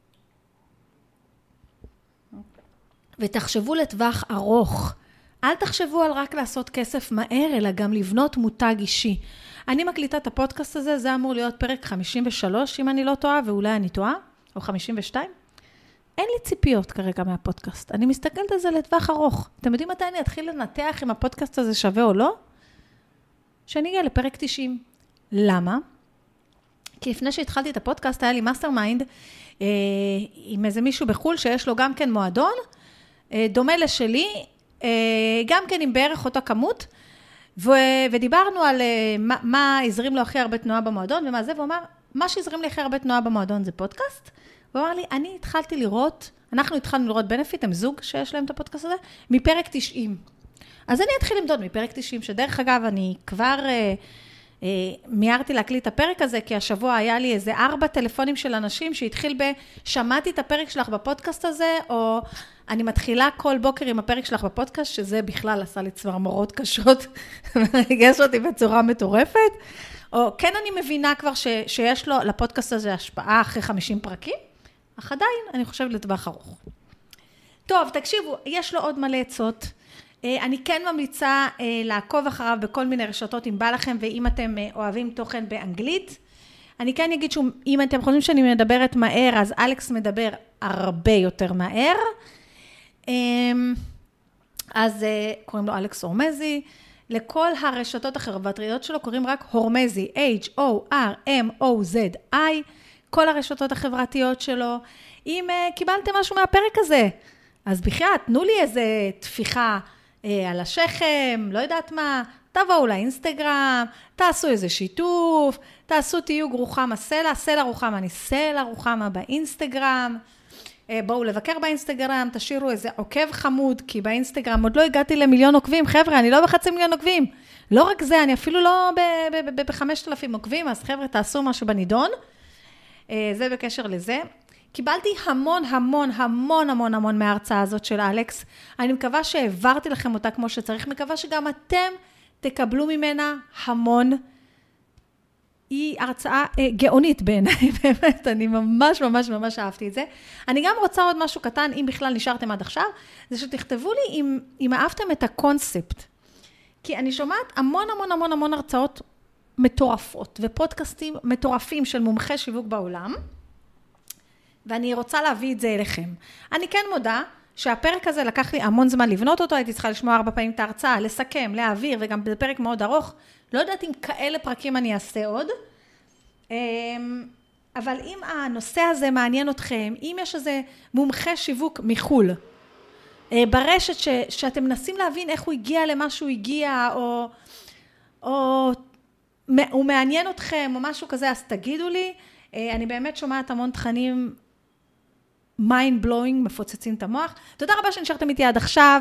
ותחשבו לטווח ארוך. אל תחשבו על רק לעשות כסף מהר, אלא גם לבנות מותג אישי. אני מקליטה את הפודקאסט הזה, זה אמור להיות פרק 53, אם אני לא טועה, ואולי אני טועה, או 52. אין לי ציפיות כרגע מהפודקאסט. אני מסתכלת על זה לטווח ארוך. אתם יודעים מתי אני אתחיל לנתח אם הפודקאסט הזה שווה או לא? שאני אגיע לפרק 90. למה? כי לפני שהתחלתי את הפודקאסט, היה לי מאסטר מיינד עם איזה מישהו בחול שיש לו גם כן מועדון, דומה לשלי, גם כן עם בערך אותה כמות, ודיברנו על מה הזרים לו הכי הרבה תנועה במועדון, ומה זה, והוא אמר, מה שהזרים לי הכי הרבה תנועה במועדון זה פודקאסט, והוא אמר לי, אנחנו התחלנו לראות בנפיט, הם זוג שיש להם את הפודקאסט הזה, מפרק 90. אז אני אתחיל למדוד מפרק 90, שדרך אגב, אני כבר מיירתי להקליט את הפרק הזה, כי השבוע היה לי איזה 4 טלפונים של אנשים שהתחיל שמעתי את הפרק שלך בפודקאסט הזה, או אני מתחילה כל בוקר עם הפרק שלך בפודקאסט, שזה בכלל עשה לי צמרמורות קשות, ורגש אותי בצורה מטורפת, או כן אני מבינה כבר שיש לו לפודקאסט הזה השפעה אחרי 50 פרקים, אך עדיין אני חושבת לטווח ארוך. טוב, תקשיבו, יש לו עוד מלא עצות, אני כן ממליצה לעקוב אחריו בכל מיני רשתות אם בא לכם, ואם אתם אוהבים תוכן באנגלית. אני כן אגיד שאם אתם חושבים שאני מדברת מהר, אז אלכס מדבר הרבה יותר מהר. אז קוראים לו אלכס הורמזי. לכל הרשתות החברתיות שלו קוראים רק הורמזי, H-O-R-M-O-Z-I. כל הרשתות החברתיות שלו. אם קיבלתם משהו מהפרק הזה, אז בכלל, תנו לי איזה תפיחה על השכם, לא יודעת מה, תבואו לאינסטגרם, תעשו איזה שיתוף, תהיו רוחמה סלע רוחמה, אני סלע רוחמה באינסטגרם, בואו לבקר באינסטגרם, תשאירו איזה עוקב חמוד, כי באינסטגרם עוד לא הגעתי ל1,000,000 עוקבים, חבר'ה, אני לא ב500,000 עוקבים, לא רק זה, אני אפילו לא ב5,000 עוקבים, אז חבר'ה, תעשו משהו בנידון, זה בקשר לזה. קיבלתי המון מההרצאה הזאת של אלכס. אני מקווה שהעברתי לכם אותה כמו שצריך. מקווה שגם אתם תקבלו ממנה המון. היא הרצאה גאונית בעיניי, באמת. אני ממש אהבתי את זה. אני גם רוצה עוד משהו קטן, אם בכלל נשארתם עד עכשיו, זה שתכתבו לי אם אהבתם את הקונספט. כי אני שומעת המון הרצאות מטורפות, ופודקאסטים מטורפים של מומחי שיווק בעולם. ואני רוצה להביא את זה אליכם. אני כן מודה שהפרק הזה לקח לי המון זמן לבנות אותו, הייתי צריכה לשמוע 4 פעמים את ההרצאה, לסכם, להעביר, וגם בפרק מאוד ארוך. לא יודעת אם כאלה פרקים אני אעשה עוד. אבל אם הנושא הזה מעניין אתכם, אם יש איזה מומחה שיווק מחול, ברשת שאתם מנסים להבין איך הוא הגיע למה שהוא הגיע, או הוא מעניין אתכם, או משהו כזה, אז תגידו לי. אני באמת שומעת המון תכנים mind blowing, מפוצצים את המוח. תודה רבה שנשארתם איתי עד עכשיו.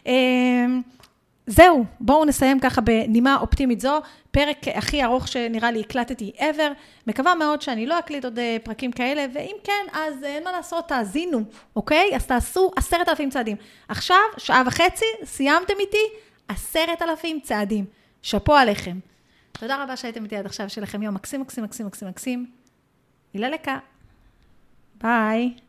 זהו, בואו נסיים ככה בנימה אופטימית זו. פרק הכי ארוך שנראה לי הקלטתי ever. מקווה מאוד שאני לא אקליט עוד פרקים כאלה, ואם כן, אז אין מה לעשות, תאזינו, אוקיי? אז תעשו 10,000 צעדים. עכשיו, 1.5 שעה, סיימתם איתי 10,000 צעדים. שפו עליכם. תודה רבה שהייתם איתי עד עכשיו, שלכם יום מקסים. אילה לקה. ביי.